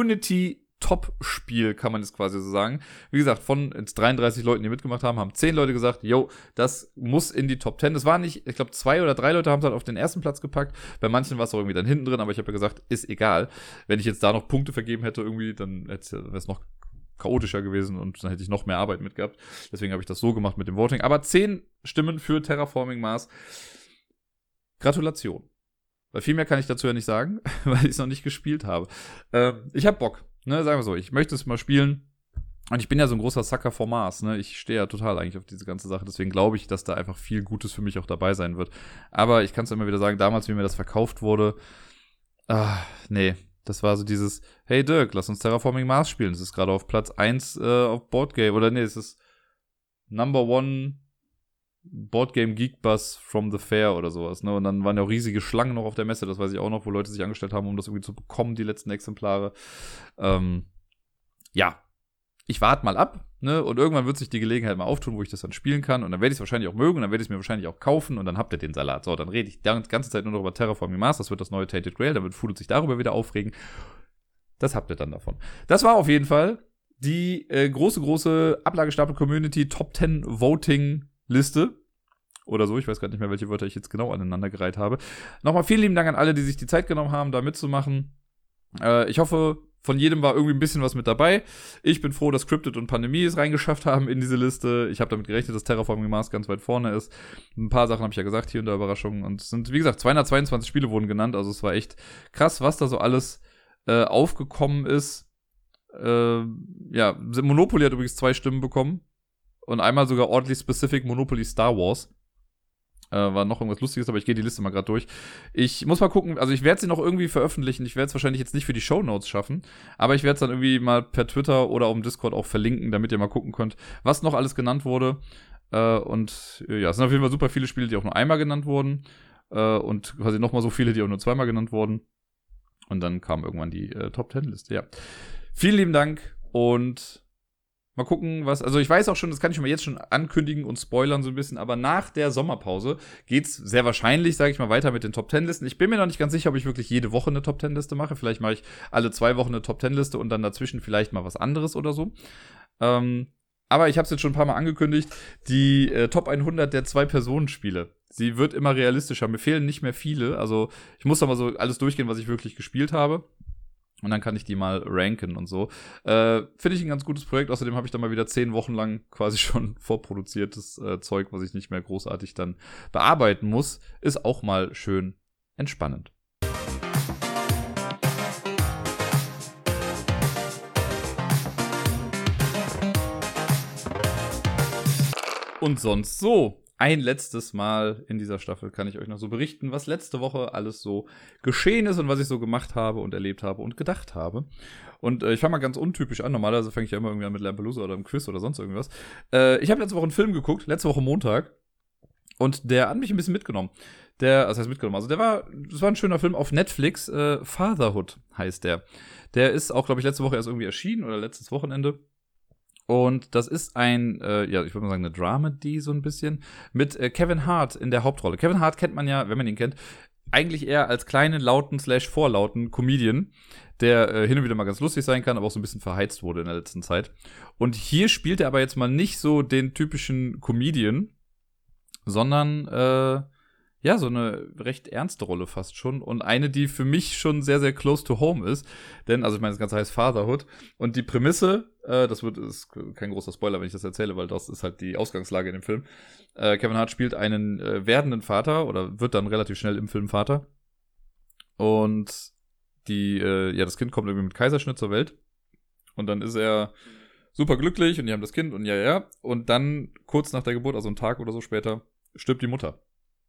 Community-Top-Spiel, kann man jetzt quasi so sagen. Wie gesagt, von jetzt dreiunddreißig Leuten, die mitgemacht haben, haben zehn Leute gesagt, yo, das muss in die Top zehn. Das waren nicht, ich glaube, zwei oder drei Leute haben es halt auf den ersten Platz gepackt. Bei manchen war es auch irgendwie dann hinten drin, aber ich habe ja gesagt, ist egal. Wenn ich jetzt da noch Punkte vergeben hätte irgendwie, dann wäre es noch chaotischer gewesen und dann hätte ich noch mehr Arbeit mitgehabt. Deswegen habe ich das so gemacht mit dem Voting. Aber zehn Stimmen für Terraforming Mars. Gratulation. Weil viel mehr kann ich dazu ja nicht sagen, weil ich es noch nicht gespielt habe. Ähm, ich habe Bock. ne, sagen wir so, ich möchte es mal spielen. Und ich bin ja so ein großer Sucker for Mars, ne? Ich stehe ja total eigentlich auf diese ganze Sache. Deswegen glaube ich, dass da einfach viel Gutes für mich auch dabei sein wird. Aber ich kann es immer wieder sagen, damals, wie mir das verkauft wurde, ah, nee. Das war so dieses, hey Dirk, lass uns Terraforming Mars spielen. Das ist gerade auf Platz eins äh, auf Boardgame. Oder nee, es ist Number One Boardgame Geek Bus from the Fair oder sowas, ne? Und dann waren ja auch riesige Schlangen noch auf der Messe, das weiß ich auch noch, wo Leute sich angestellt haben, um das irgendwie zu bekommen, die letzten Exemplare. Ähm, ja, ich warte mal ab, ne? Und irgendwann wird sich die Gelegenheit mal auftun, wo ich das dann spielen kann. Und dann werde ich es wahrscheinlich auch mögen und dann werde ich es mir wahrscheinlich auch kaufen und dann habt ihr den Salat. So, dann rede ich die ganze Zeit nur noch über Terraforming Mars, das wird das neue Tainted Grail, dann wird Fudo sich darüber wieder aufregen. Das habt ihr dann davon. Das war auf jeden Fall die äh, große, große Ablagestapel-Community Top zehn Voting-Liste. Oder so, ich weiß gerade nicht mehr, welche Wörter ich jetzt genau aneinandergereiht habe. Nochmal vielen lieben Dank an alle, die sich die Zeit genommen haben, da mitzumachen. Äh, ich hoffe, von jedem war irgendwie ein bisschen was mit dabei. Ich bin froh, dass Cryptid und Pandemie es reingeschafft haben in diese Liste. Ich habe damit gerechnet, dass Terraforming Mars ganz weit vorne ist. Ein paar Sachen habe ich ja gesagt, hier in der Überraschung. Und es sind, wie gesagt, zweihundertzweiundzwanzig Spiele wurden genannt. Also es war echt krass, was da so alles äh, aufgekommen ist. Äh, ja, Monopoly hat übrigens zwei Stimmen bekommen. Und einmal sogar ordentlich specific Monopoly Star Wars. Äh, war noch irgendwas Lustiges, aber ich gehe die Liste mal gerade durch. Ich muss mal gucken, also ich werde sie noch irgendwie veröffentlichen. Ich werde es wahrscheinlich jetzt nicht für die Shownotes schaffen, aber ich werde es dann irgendwie mal per Twitter oder auf dem Discord auch verlinken, damit ihr mal gucken könnt, was noch alles genannt wurde. Äh, und äh, ja, es sind auf jeden Fall super viele Spiele, die auch nur einmal genannt wurden. Äh, und quasi nochmal so viele, die auch nur zweimal genannt wurden. Und dann kam irgendwann die äh, Top zehn Liste, ja. Vielen lieben Dank und mal gucken, was, also ich weiß auch schon, das kann ich schon mal jetzt schon ankündigen und spoilern so ein bisschen, aber nach der Sommerpause geht's sehr wahrscheinlich, sage ich mal, weiter mit den Top zehn Listen. Ich bin mir noch nicht ganz sicher, ob ich wirklich jede Woche eine Top zehn Liste mache. Vielleicht mache ich alle zwei Wochen eine Top zehn Liste und dann dazwischen vielleicht mal was anderes oder so. Ähm, aber ich habe es jetzt schon ein paar Mal angekündigt, die äh, Top hundert der Zwei-Personen-Spiele. Sie wird immer realistischer. Mir fehlen nicht mehr viele, also ich muss da mal so alles durchgehen, was ich wirklich gespielt habe. Und dann kann ich die mal ranken und so. Äh, Finde ich ein ganz gutes Projekt. Außerdem habe ich dann mal wieder zehn Wochen lang quasi schon vorproduziertes äh, Zeug, was ich nicht mehr großartig dann bearbeiten muss. Ist auch mal schön entspannend. Und sonst so. Ein letztes Mal in dieser Staffel kann ich euch noch so berichten, was letzte Woche alles so geschehen ist und was ich so gemacht habe und erlebt habe und gedacht habe. Und äh, ich fange mal ganz untypisch an. Normalerweise fange ich ja immer irgendwie an mit Lampelusa oder einem Quiz oder sonst irgendwas. Äh, ich habe letzte Woche einen Film geguckt, letzte Woche Montag. Und der hat mich ein bisschen mitgenommen. Der, was heißt mitgenommen? Also der war, das war ein schöner Film auf Netflix. Äh, Fatherhood heißt der. Der ist auch, glaube ich, letzte Woche erst irgendwie erschienen oder letztes Wochenende. Und das ist ein, äh, ja, ich würde mal sagen, eine Dramedy so ein bisschen, mit äh, Kevin Hart in der Hauptrolle. Kevin Hart kennt man ja, wenn man ihn kennt, eigentlich eher als kleinen, lauten, slash vorlauten Comedian, der äh, hin und wieder mal ganz lustig sein kann, aber auch so ein bisschen verheizt wurde in der letzten Zeit. Und hier spielt er aber jetzt mal nicht so den typischen Comedian, sondern, äh, ja, so eine recht ernste Rolle fast schon und eine, die für mich schon sehr, sehr close to home ist, denn, also ich meine, das Ganze heißt Fatherhood und die Prämisse, äh, das wird, ist kein großer Spoiler, wenn ich das erzähle, weil das ist halt die Ausgangslage in dem Film. Äh, Kevin Hart spielt einen äh, werdenden Vater oder wird dann relativ schnell im Film Vater und die, äh, ja, das Kind kommt irgendwie mit Kaiserschnitt zur Welt und dann ist er super glücklich und die haben das Kind und ja, ja, und dann kurz nach der Geburt, also einen Tag oder so später, stirbt die Mutter.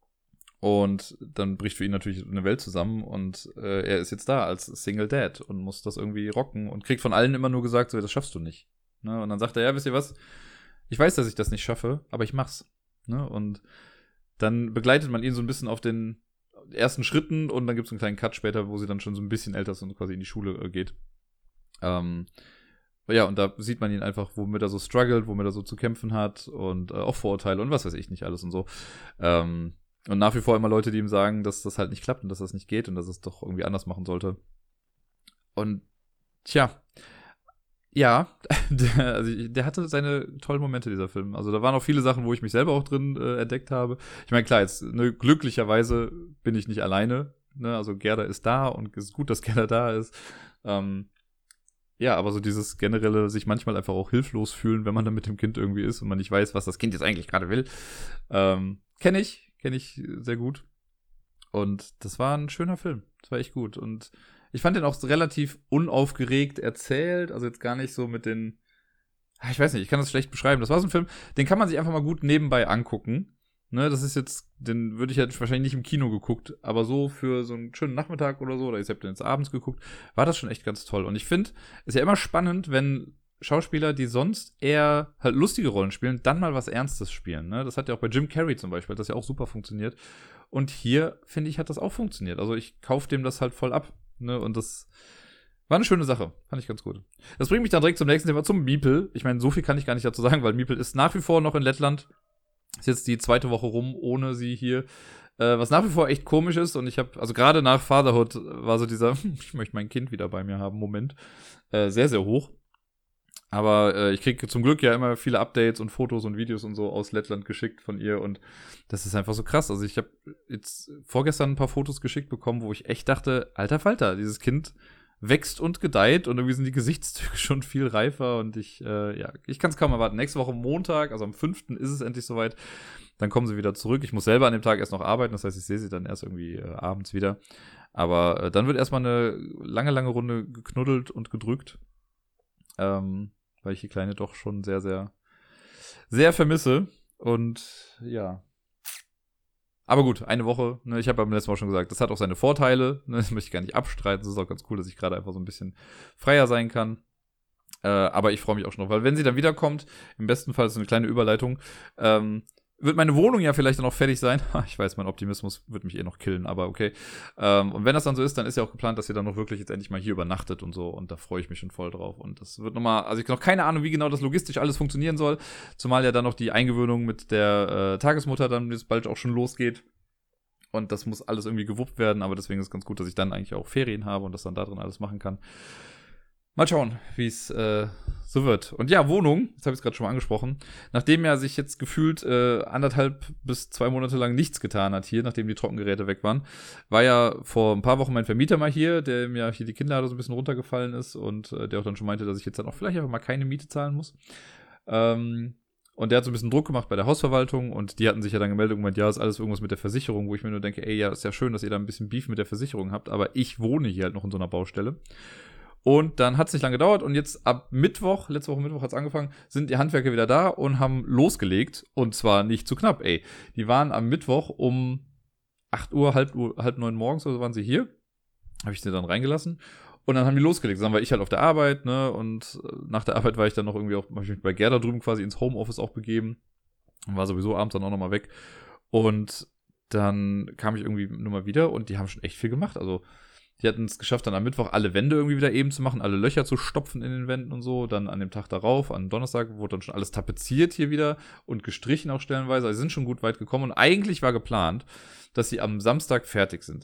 Und dann bricht für ihn natürlich eine Welt zusammen und äh, er ist jetzt da als Single Dad und muss das irgendwie rocken und kriegt von allen immer nur gesagt, so, das schaffst du nicht. Ne? Und dann sagt er, ja, wisst ihr was, ich weiß, dass ich das nicht schaffe, aber ich mach's. Ne? Und dann begleitet man ihn so ein bisschen auf den ersten Schritten und dann gibt's einen kleinen Cut später, wo sie dann schon so ein bisschen älter ist und quasi in die Schule äh, geht. Ähm, ja, und da sieht man ihn einfach, womit er so struggelt, womit er so zu kämpfen hat und äh, auch Vorurteile und was weiß ich nicht alles und so. Ähm, Und nach wie vor immer Leute, die ihm sagen, dass das halt nicht klappt und dass das nicht geht und dass es doch irgendwie anders machen sollte. Und tja, ja, der, also der hatte seine tollen Momente, dieser Film. Also da waren auch viele Sachen, wo ich mich selber auch drin äh, entdeckt habe. Ich meine, klar, jetzt ne, glücklicherweise bin ich nicht alleine. Ne? Also Gerda ist da und es ist gut, dass Gerda da ist. Ähm, ja, aber so dieses generelle, sich manchmal einfach auch hilflos fühlen, wenn man dann mit dem Kind irgendwie ist und man nicht weiß, was das Kind jetzt eigentlich gerade will. Ähm, kenne ich. Kenne ich sehr gut. Und das war ein schöner Film. Das war echt gut. Und Ich fand den auch relativ unaufgeregt erzählt, also jetzt gar nicht so mit den, ich weiß nicht, ich kann das schlecht beschreiben. Das war so ein Film, den kann man sich einfach mal gut nebenbei angucken. Ne, das ist jetzt, den würde ich halt wahrscheinlich nicht im Kino geguckt, aber so für so einen schönen Nachmittag oder so, oder ich habe den jetzt abends geguckt, war das schon echt ganz toll. Und ich finde, ist ja immer spannend, wenn Schauspieler, die sonst eher halt lustige Rollen spielen, dann mal was Ernstes spielen. Ne? Das hat ja auch bei Jim Carrey zum Beispiel, das ja auch super funktioniert. Und hier, finde ich, hat das auch funktioniert. Also ich kaufe dem das halt voll ab. Ne? Und das war eine schöne Sache. Fand ich ganz gut. Das bringt mich dann direkt zum nächsten Thema, zum Meeple. Ich meine, so viel kann ich gar nicht dazu sagen, weil Meeple ist nach wie vor noch in Lettland. Ist jetzt die zweite Woche rum, ohne sie hier. Äh, was nach wie vor echt komisch ist. Und ich habe, also gerade nach Fatherhood war so dieser, ich möchte mein Kind wieder bei mir haben, Moment, äh, sehr, sehr hoch. Aber äh, ich kriege zum Glück ja immer viele Updates und Fotos und Videos und so aus Lettland geschickt von ihr. Und das ist einfach so krass. Also ich habe jetzt vorgestern ein paar Fotos geschickt bekommen, wo ich echt dachte, alter Falter, dieses Kind wächst und gedeiht und irgendwie sind die Gesichtszüge schon viel reifer und ich, äh, ja, ich kann es kaum erwarten. Nächste Woche Montag, also am fünften ist es endlich soweit, dann kommen sie wieder zurück. Ich muss selber an dem Tag erst noch arbeiten, das heißt, ich sehe sie dann erst irgendwie äh, abends wieder. Aber äh, dann wird erstmal eine lange, lange Runde geknuddelt und gedrückt, ähm, weil ich die Kleine doch schon sehr, sehr, sehr vermisse und ja. Aber gut, eine Woche, ne, ich habe beim letzten Mal schon gesagt, das hat auch seine Vorteile, ne, das möchte ich gar nicht abstreiten, das ist auch ganz cool, dass ich gerade einfach so ein bisschen freier sein kann. Äh, aber ich freue mich auch schon drauf, weil wenn sie dann wiederkommt, im besten Fall ist es eine kleine Überleitung, ähm, wird meine Wohnung ja vielleicht dann auch fertig sein. Ich weiß, mein Optimismus wird mich eh noch killen, aber okay. Ähm, und wenn das dann so ist, dann ist ja auch geplant, dass ihr dann noch wirklich jetzt endlich mal hier übernachtet und so. Und da freue ich mich schon voll drauf. Und das wird nochmal, also ich habe noch keine Ahnung, wie genau das logistisch alles funktionieren soll. Zumal ja dann noch die Eingewöhnung mit der äh, Tagesmutter dann jetzt bald auch schon losgeht. Und das muss alles irgendwie gewuppt werden. Aber deswegen ist es ganz gut, dass ich dann eigentlich auch Ferien habe und das dann da drin alles machen kann. Mal schauen, wie es äh, so wird. Und ja, Wohnung, das habe ich gerade schon mal angesprochen. Nachdem ja sich jetzt gefühlt äh, anderthalb bis zwei Monate lang nichts getan hat hier, nachdem die Trockengeräte weg waren, war ja vor ein paar Wochen mein Vermieter mal hier, der mir hier die Kinnlade so ein bisschen runtergefallen ist und äh, der auch dann schon meinte, dass ich jetzt dann auch vielleicht einfach mal keine Miete zahlen muss. Ähm, und der hat so ein bisschen Druck gemacht bei der Hausverwaltung und die hatten sich ja dann gemeldet und gemeint, ja, ist alles irgendwas mit der Versicherung, wo ich mir nur denke, ey, ja, ist ja schön, dass ihr da ein bisschen Beef mit der Versicherung habt, aber ich wohne hier halt noch in so einer Baustelle. Und dann hat es nicht lange gedauert und jetzt ab Mittwoch, letzte Woche Mittwoch hat es angefangen, sind die Handwerker wieder da und haben losgelegt. Und zwar nicht zu knapp, ey. Die waren am Mittwoch um acht Uhr, halb, Uhr, halb neun morgens oder so waren sie hier. Habe ich sie dann reingelassen. Und dann haben die losgelegt. Dann war ich halt auf der Arbeit, ne? Und nach der Arbeit war ich dann noch irgendwie auch, habe ich mich bei Gerda drüben quasi ins Homeoffice auch begeben. Und war sowieso abends dann auch nochmal weg. Und dann kam ich irgendwie nur mal wieder und die haben schon echt viel gemacht. Also die hatten es geschafft, dann am Mittwoch alle Wände irgendwie wieder eben zu machen, alle Löcher zu stopfen in den Wänden und so. Dann an dem Tag darauf, an Donnerstag, wurde dann schon alles tapeziert hier wieder und gestrichen auch stellenweise. Also sie sind schon gut weit gekommen und eigentlich war geplant, dass sie am Samstag fertig sind.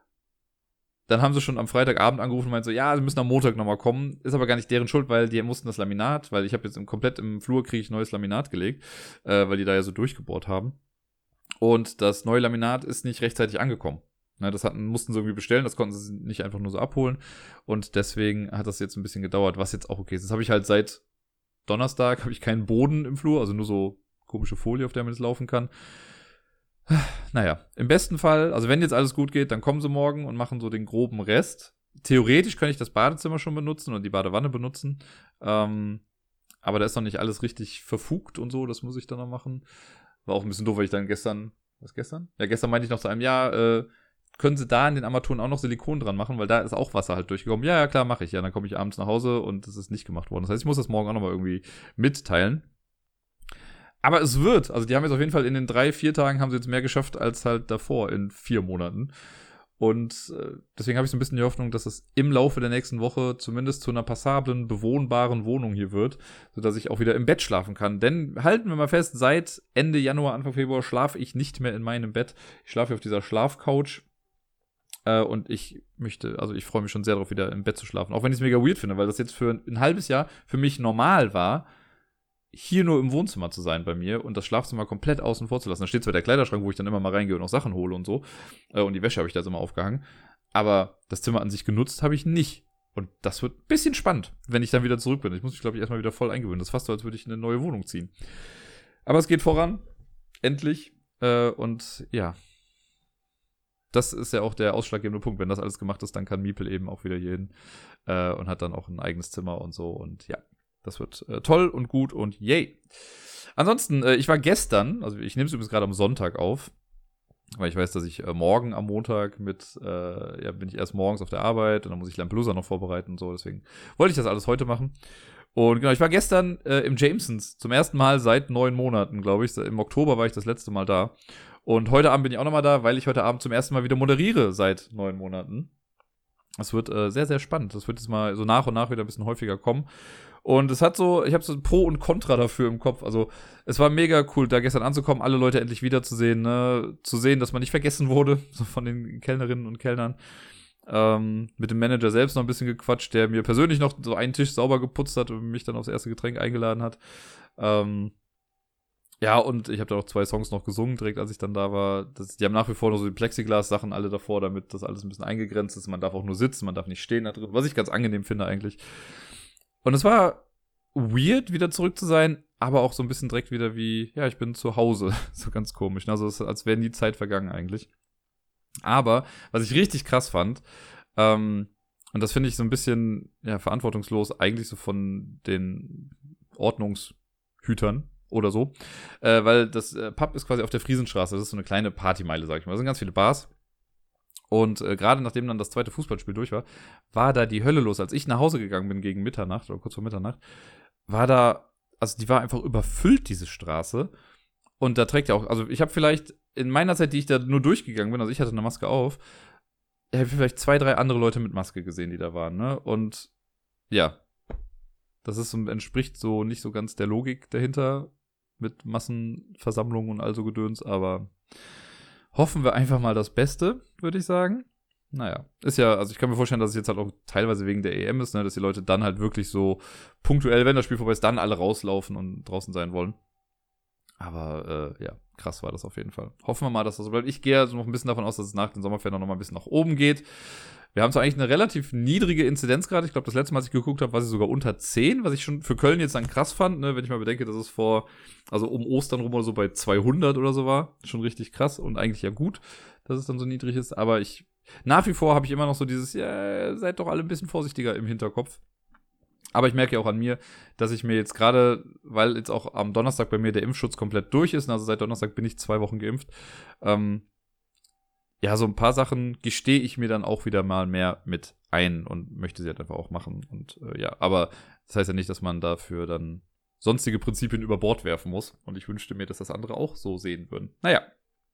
Dann haben sie schon am Freitagabend angerufen und meinten so, ja, sie müssen am Montag nochmal kommen. Ist aber gar nicht deren Schuld, weil die mussten das Laminat, weil ich habe jetzt im, komplett im Flur kriege ich neues Laminat gelegt, äh, weil die da ja so durchgebohrt haben. Und das neue Laminat ist nicht rechtzeitig angekommen. Ne, das hatten, mussten sie irgendwie bestellen, das konnten sie nicht einfach nur so abholen. Und deswegen hat das jetzt ein bisschen gedauert, was jetzt auch okay ist. Das habe ich halt seit Donnerstag, habe ich keinen Boden im Flur, also nur so komische Folie, auf der man jetzt laufen kann. Naja, im besten Fall, also wenn jetzt alles gut geht, dann kommen sie morgen und machen so den groben Rest. Theoretisch kann ich das Badezimmer schon benutzen und die Badewanne benutzen. Ähm, aber da ist noch nicht alles richtig verfugt und so, das muss ich dann noch machen. War auch ein bisschen doof, weil ich dann gestern, was gestern? Ja, gestern meinte ich noch zu einem, ja, äh, können sie da in den Armaturen auch noch Silikon dran machen, weil da ist auch Wasser halt durchgekommen. Ja, ja, klar, mache ich. Ja, dann komme ich abends nach Hause und es ist nicht gemacht worden. Das heißt, ich muss das morgen auch nochmal irgendwie mitteilen. Aber es wird. Also die haben jetzt auf jeden Fall in den drei, vier Tagen haben sie jetzt mehr geschafft als halt davor in vier Monaten. Und äh, deswegen habe ich so ein bisschen die Hoffnung, dass es im Laufe der nächsten Woche zumindest zu einer passablen, bewohnbaren Wohnung hier wird, sodass ich auch wieder im Bett schlafen kann. Denn halten wir mal fest, seit Ende Januar, Anfang Februar schlafe ich nicht mehr in meinem Bett. Ich schlafe auf dieser Schlafcouch. Äh, und ich möchte, also ich freue mich schon sehr darauf, wieder im Bett zu schlafen. Auch wenn ich es mega weird finde, weil das jetzt für ein halbes Jahr für mich normal war, hier nur im Wohnzimmer zu sein bei mir und das Schlafzimmer komplett außen vor zu lassen. Da steht zwar der Kleiderschrank, wo ich dann immer mal reingehe und auch Sachen hole und so. Äh, und die Wäsche habe ich da jetzt immer aufgehangen. Aber das Zimmer an sich genutzt habe ich nicht. Und das wird ein bisschen spannend, wenn ich dann wieder zurück bin. Ich muss mich, glaube ich, erstmal wieder voll eingewöhnen. Das ist fast so, als würde ich in eine neue Wohnung ziehen. Aber es geht voran. Endlich. Äh, und ja. das ist ja auch der ausschlaggebende Punkt. Wenn das alles gemacht ist, dann kann Meeple eben auch wieder hier hin äh, und hat dann auch ein eigenes Zimmer und so. Und ja, das wird äh, toll und gut und yay. Ansonsten, äh, ich war gestern, also ich nehme es übrigens gerade am Sonntag auf, weil ich weiß, dass ich äh, morgen am Montag mit, äh, ja, bin ich erst morgens auf der Arbeit und dann muss ich Lampelusa noch vorbereiten und so. Deswegen wollte ich das alles heute machen. Und genau, ich war gestern äh, im Jamesons zum ersten Mal seit neun Monaten, glaube ich. Im Oktober war ich das letzte Mal da. Und heute Abend bin ich auch nochmal da, weil ich heute Abend zum ersten Mal wieder moderiere seit neun Monaten. Das wird äh, sehr, sehr spannend. Das wird jetzt mal so nach und nach wieder ein bisschen häufiger kommen. Und es hat so, ich habe so ein Pro und Contra dafür im Kopf. Also es war mega cool, da gestern anzukommen, alle Leute endlich wiederzusehen, ne? Zu sehen, dass man nicht vergessen wurde, so von den Kellnerinnen und Kellnern. Ähm, mit dem Manager selbst noch ein bisschen gequatscht, der mir persönlich noch so einen Tisch sauber geputzt hat und mich dann aufs erste Getränk eingeladen hat. Ähm, ja, und ich habe da auch zwei Songs noch gesungen, direkt als ich dann da war. Das, die haben nach wie vor noch so die Plexiglas-Sachen alle davor, damit das alles ein bisschen eingegrenzt ist. Man darf auch nur sitzen, man darf nicht stehen da drin, was ich ganz angenehm finde eigentlich. Und es war weird, wieder zurück zu sein, aber auch so ein bisschen direkt wieder wie, ja, ich bin zu Hause. So ganz komisch. Also es ist, als wäre nie Zeit vergangen eigentlich. Aber, was ich richtig krass fand, ähm, und das finde ich so ein bisschen ja, verantwortungslos, eigentlich so von den Ordnungshütern oder so, äh, weil das äh, Pub ist quasi auf der Friesenstraße, das ist so eine kleine Partymeile, sag ich mal. Da sind ganz viele Bars. Und äh, gerade nachdem dann das zweite Fußballspiel durch war, war da die Hölle los. Als ich nach Hause gegangen bin gegen Mitternacht oder kurz vor Mitternacht, war da, also die war einfach überfüllt, diese Straße. Und da trägt ja auch, also ich habe vielleicht in meiner Zeit, die ich da nur durchgegangen bin, also ich hatte eine Maske auf, ich habe vielleicht zwei, drei andere Leute mit Maske gesehen, die da waren, ne? Und ja, das ist, entspricht so nicht so ganz der Logik dahinter mit Massenversammlungen und all so Gedöns, aber hoffen wir einfach mal das Beste, würde ich sagen. Naja, ist ja, also ich kann mir vorstellen, dass es jetzt halt auch teilweise wegen der E M ist, ne, dass die Leute dann halt wirklich so punktuell, wenn das Spiel vorbei ist, dann alle rauslaufen und draußen sein wollen. Aber äh, ja, krass war das auf jeden Fall. Hoffen wir mal, dass das so bleibt. Ich gehe also noch ein bisschen davon aus, dass es nach den Sommerferien noch mal ein bisschen nach oben geht. Wir haben zwar eigentlich eine relativ niedrige Inzidenz gerade. Ich glaube, das letzte Mal, als ich geguckt habe, war sie sogar unter zehn, was ich schon für Köln jetzt dann krass fand, ne? Wenn ich mal bedenke, dass es vor, also um Ostern rum oder so bei zweihundert oder so war. Schon richtig krass und eigentlich ja gut, dass es dann so niedrig ist. Aber ich, nach wie vor habe ich immer noch so dieses, ja, seid doch alle ein bisschen vorsichtiger im Hinterkopf. Aber ich merke ja auch an mir, dass ich mir jetzt gerade, weil jetzt auch am Donnerstag bei mir der Impfschutz komplett durch ist, also seit Donnerstag bin ich zwei Wochen geimpft, ähm, ja, so ein paar Sachen gestehe ich mir dann auch wieder mal mehr mit ein und möchte sie halt einfach auch machen. Und äh, ja, aber das heißt ja nicht, dass man dafür dann sonstige Prinzipien über Bord werfen muss. Und ich wünschte mir, dass das andere auch so sehen würden. Naja.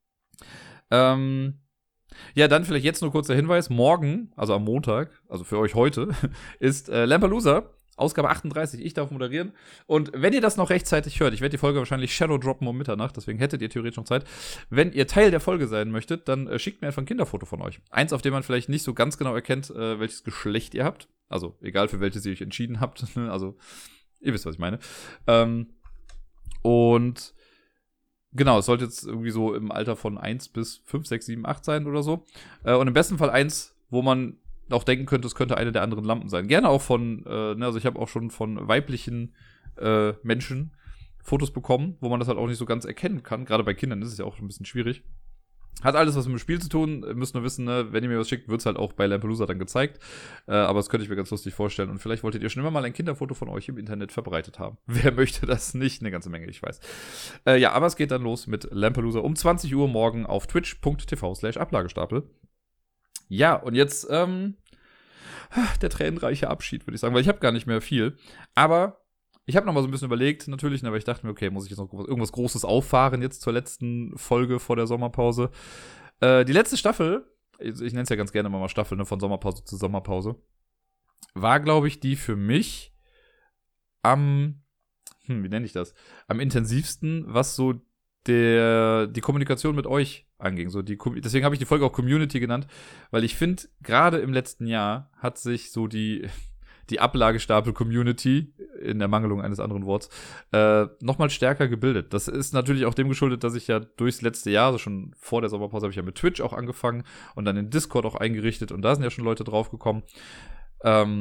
Ähm, ja, dann vielleicht jetzt nur kurz der Hinweis. Morgen, also am Montag, also für euch heute, ist äh, Lampelusa. Ausgabe achtunddreißig, ich darf moderieren. Und wenn ihr das noch rechtzeitig hört, ich werde die Folge wahrscheinlich Shadow droppen um Mitternacht, deswegen hättet ihr theoretisch noch Zeit. Wenn ihr Teil der Folge sein möchtet, dann äh, schickt mir einfach ein Kinderfoto von euch. Eins, auf dem man vielleicht nicht so ganz genau erkennt, äh, welches Geschlecht ihr habt. Also, egal für welches ihr euch entschieden habt. Also, ihr wisst, was ich meine. Ähm, und genau, es sollte jetzt irgendwie so im Alter von eins bis fünf, sechs, sieben, acht sein oder so. Äh, und im besten Fall eins, wo man auch denken könnte, es könnte eine der anderen Lampen sein. Gerne auch von, äh, ne, also ich habe auch schon von weiblichen äh, Menschen Fotos bekommen, wo man das halt auch nicht so ganz erkennen kann. Gerade bei Kindern ist es ja auch ein bisschen schwierig. Hat alles was mit dem Spiel zu tun. Ihr müsst nur wissen, ne, wenn ihr mir was schickt, wird es halt auch bei Lampelusa dann gezeigt. Äh, aber das könnte ich mir ganz lustig vorstellen. Und vielleicht wolltet ihr schon immer mal ein Kinderfoto von euch im Internet verbreitet haben. Wer möchte das nicht? Eine ganze Menge, ich weiß. Äh, ja, aber es geht dann los mit Lampelusa um zwanzig Uhr morgen auf twitch punkt tv slash Ablagestapel. Ja, und jetzt ähm, der tränenreiche Abschied, würde ich sagen, weil ich habe gar nicht mehr viel. Aber ich habe noch mal so ein bisschen überlegt, natürlich, aber ich dachte mir, okay, muss ich jetzt noch irgendwas Großes auffahren jetzt zur letzten Folge vor der Sommerpause. Äh, die letzte Staffel, ich, ich nenne es ja ganz gerne mal Staffel, ne, von Sommerpause zu Sommerpause, war, glaube ich, die für mich am, hm, wie nenne ich das, am intensivsten, was so der, die Kommunikation mit euch anging. So die, deswegen habe ich die Folge auch Community genannt, weil ich finde, gerade im letzten Jahr hat sich so die, die Ablagestapel-Community, in Ermangelung eines anderen Worts, äh, nochmal stärker gebildet. Das ist natürlich auch dem geschuldet, dass ich ja durchs letzte Jahr, also schon vor der Sommerpause, habe ich ja mit Twitch auch angefangen und dann in Discord auch eingerichtet und da sind ja schon Leute draufgekommen. Ähm,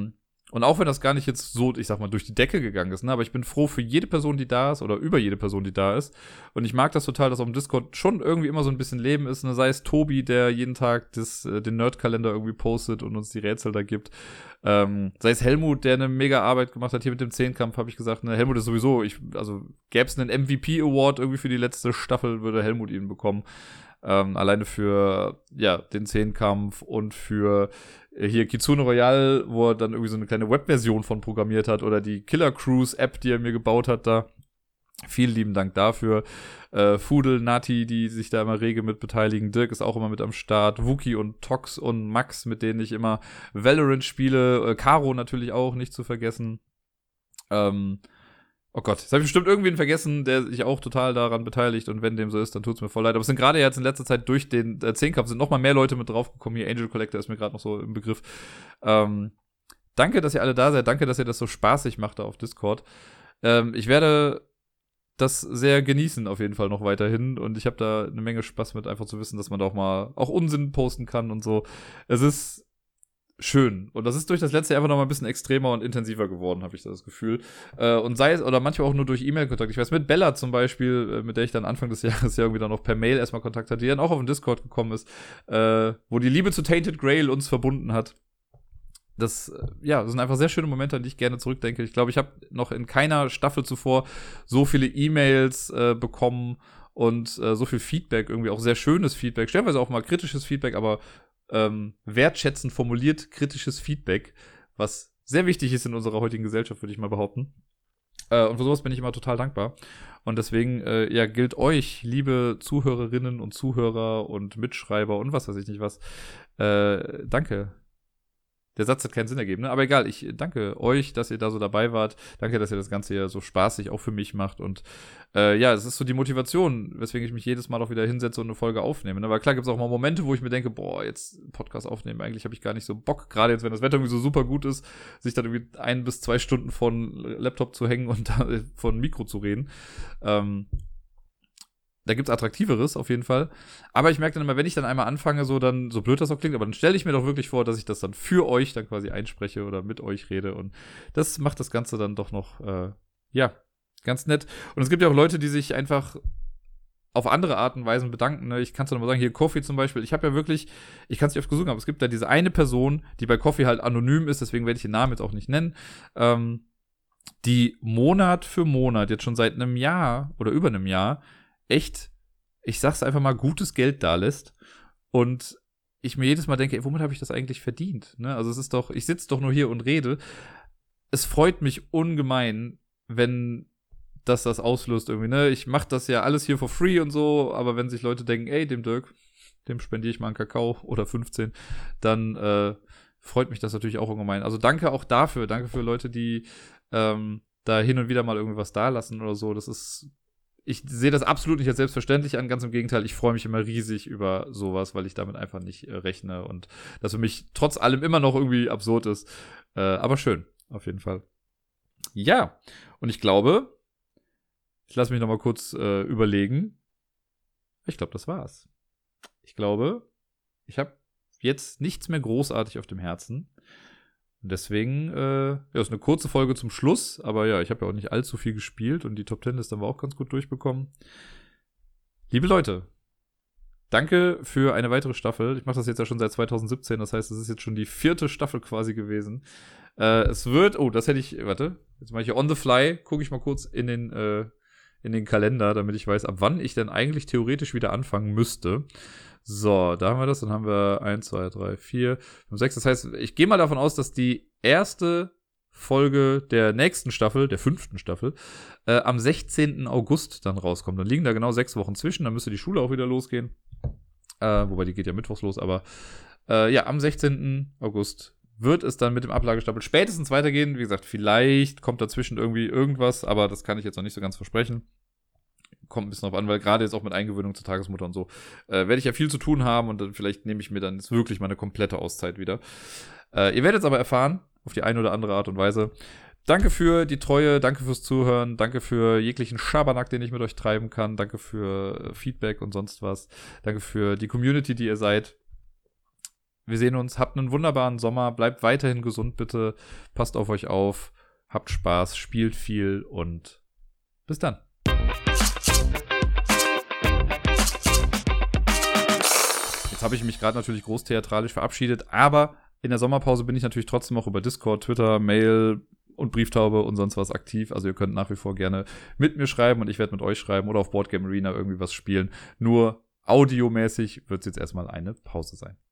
Und auch wenn das gar nicht jetzt so, ich sag mal, durch die Decke gegangen ist, ne, aber ich bin froh für jede Person, die da ist oder über jede Person, die da ist. Und ich mag das total, dass auf dem Discord schon irgendwie immer so ein bisschen Leben ist, ne, sei es Tobi, der jeden Tag das, äh, den Nerdkalender irgendwie postet und uns die Rätsel da gibt. Ähm, sei es Helmut, der eine mega Arbeit gemacht hat hier mit dem Zehnkampf, habe ich gesagt, ne, Helmut ist sowieso, ich, also gäbe es einen M V P-Award irgendwie für die letzte Staffel, würde Helmut ihn bekommen. Ähm, alleine für, ja, den Zehnkampf und für äh, hier Kitsune Royale, wo er dann irgendwie so eine kleine Webversion von programmiert hat oder die Killer Cruise App, die er mir gebaut hat da. Vielen lieben Dank dafür. Äh, Fudel, Nati, die sich da immer rege mit beteiligen. Dirk ist auch immer mit am Start. Wookie und Tox und Max, mit denen ich immer Valorant spiele. Äh, Caro natürlich auch, nicht zu vergessen. Ähm, Oh Gott, jetzt habe ich bestimmt irgendwen vergessen, der sich auch total daran beteiligt. Und wenn dem so ist, dann tut's mir voll leid. Aber es sind gerade jetzt in letzter Zeit durch den äh, Zehnkampf sind noch mal mehr Leute mit draufgekommen. Hier Angel Collector ist mir gerade noch so im Begriff. Ähm, danke, dass ihr alle da seid. Danke, dass ihr das so spaßig macht da auf Discord. Ähm, ich werde das sehr genießen auf jeden Fall noch weiterhin. Und ich habe da eine Menge Spaß mit, einfach zu wissen, dass man da auch mal auch Unsinn posten kann und so. Es ist schön. Und das ist durch das letzte Jahr einfach noch mal ein bisschen extremer und intensiver geworden, habe ich das Gefühl. Äh, und sei es, oder manchmal auch nur durch E-Mail-Kontakt. Ich weiß, mit Bella zum Beispiel, äh, mit der ich dann Anfang des Jahres ja irgendwie dann noch per Mail erstmal Kontakt hatte, die dann auch auf den Discord gekommen ist, äh, wo die Liebe zu Tainted Grail uns verbunden hat. Das, äh, ja, das sind einfach sehr schöne Momente, an die ich gerne zurückdenke. Ich glaube, ich habe noch in keiner Staffel zuvor so viele E-Mails äh, bekommen und äh, so viel Feedback, irgendwie auch sehr schönes Feedback, stellenweise auch mal kritisches Feedback, aber Ähm, wertschätzend formuliert kritisches Feedback, was sehr wichtig ist in unserer heutigen Gesellschaft, würde ich mal behaupten. Äh, und für sowas bin ich immer total dankbar. Und deswegen, äh, ja, gilt euch, liebe Zuhörerinnen und Zuhörer und Mitschreiber und was weiß ich nicht was, äh, danke. Der Satz hat keinen Sinn ergeben, ne? Aber egal, ich danke euch, dass ihr da so dabei wart. Danke, dass ihr das Ganze ja so spaßig auch für mich macht. Und äh, ja, es ist so die Motivation, weswegen ich mich jedes Mal auch wieder hinsetze und eine Folge aufnehme. Ne? Aber klar gibt es auch mal Momente, wo ich mir denke, boah, jetzt Podcast aufnehmen, eigentlich habe ich gar nicht so Bock. Gerade jetzt, wenn das Wetter irgendwie so super gut ist, sich dann irgendwie ein bis zwei Stunden von Laptop zu hängen und da von Mikro zu reden. Ähm, Da gibt's Attraktiveres auf jeden Fall. Aber ich merke dann immer, wenn ich dann einmal anfange, so dann, so blöd das auch klingt, aber dann stelle ich mir doch wirklich vor, dass ich das dann für euch dann quasi einspreche oder mit euch rede. Und das macht das Ganze dann doch noch, äh, ja, ganz nett. Und es gibt ja auch Leute, die sich einfach auf andere Arten und Weisen bedanken. Ne? Ich kann es nur mal sagen, hier Kofi zum Beispiel. Ich habe ja wirklich, ich kann es nicht oft gesungen, aber es gibt da diese eine Person, die bei Kofi halt anonym ist, deswegen werde ich den Namen jetzt auch nicht nennen, ähm, die Monat für Monat, jetzt schon seit einem Jahr oder über einem Jahr, echt, ich sag's einfach mal, gutes Geld da lässt. Und ich mir jedes Mal denke, ey, womit habe ich das eigentlich verdient? Ne? Also es ist doch, ich sitze doch nur hier und rede. Es freut mich ungemein, wenn das das auslöst irgendwie, ne? Ich mache das ja alles hier for free und so, aber wenn sich Leute denken, ey, dem Dirk, dem spendiere ich mal einen Kakao oder fünfzehn, dann äh, freut mich das natürlich auch ungemein. Also danke auch dafür. Danke für Leute, die ähm, da hin und wieder mal irgendwie was da lassen oder so. Das ist Ich sehe das absolut nicht als selbstverständlich an, ganz im Gegenteil, ich freue mich immer riesig über sowas, weil ich damit einfach nicht äh, rechne und das für mich trotz allem immer noch irgendwie absurd ist. Äh, aber schön, auf jeden Fall. Ja, und ich glaube, ich lasse mich noch mal kurz äh, überlegen. Ich glaube, das war's. Ich glaube, ich habe jetzt nichts mehr großartig auf dem Herzen. Und deswegen, äh, ja, ist eine kurze Folge zum Schluss, aber ja, ich habe ja auch nicht allzu viel gespielt und die Top Ten Liste haben wir auch ganz gut durchbekommen. Liebe Leute, danke für eine weitere Staffel. Ich mache das jetzt ja schon seit zwanzig siebzehn, das heißt, es ist jetzt schon die vierte Staffel quasi gewesen. Äh, es wird, oh, das hätte ich, warte, jetzt mache ich hier on the fly, gucke ich mal kurz in den, äh, in den Kalender, damit ich weiß, ab wann ich denn eigentlich theoretisch wieder anfangen müsste. So, da haben wir das. Dann haben wir eins, zwei, drei, vier, fünf, sechs. Das heißt, ich gehe mal davon aus, dass die erste Folge der nächsten Staffel, der fünften Staffel, äh, am sechzehnten August dann rauskommt. Dann liegen da genau sechs Wochen zwischen. Dann müsste die Schule auch wieder losgehen. Äh, wobei, die geht ja mittwochs los. Aber äh, ja, am sechzehnten August wird es dann mit dem Ablagestapel spätestens weitergehen. Wie gesagt, vielleicht kommt dazwischen irgendwie irgendwas, aber das kann ich jetzt noch nicht so ganz versprechen. Kommt ein bisschen drauf an, weil gerade jetzt auch mit Eingewöhnung zur Tagesmutter und so, äh, werde ich ja viel zu tun haben und dann vielleicht nehme ich mir dann jetzt wirklich mal eine komplette Auszeit wieder. Äh, ihr werdet es aber erfahren, auf die eine oder andere Art und Weise. Danke für die Treue, danke fürs Zuhören, danke für jeglichen Schabernack, den ich mit euch treiben kann, danke für Feedback und sonst was, danke für die Community, die ihr seid. Wir sehen uns. Habt einen wunderbaren Sommer. Bleibt weiterhin gesund, bitte. Passt auf euch auf. Habt Spaß. Spielt viel und bis dann. Jetzt habe ich mich gerade natürlich großtheatralisch verabschiedet, aber in der Sommerpause bin ich natürlich trotzdem auch über Discord, Twitter, Mail und Brieftaube und sonst was aktiv. Also ihr könnt nach wie vor gerne mit mir schreiben und ich werde mit euch schreiben oder auf Boardgame Arena irgendwie was spielen. Nur audiomäßig wird es jetzt erstmal eine Pause sein.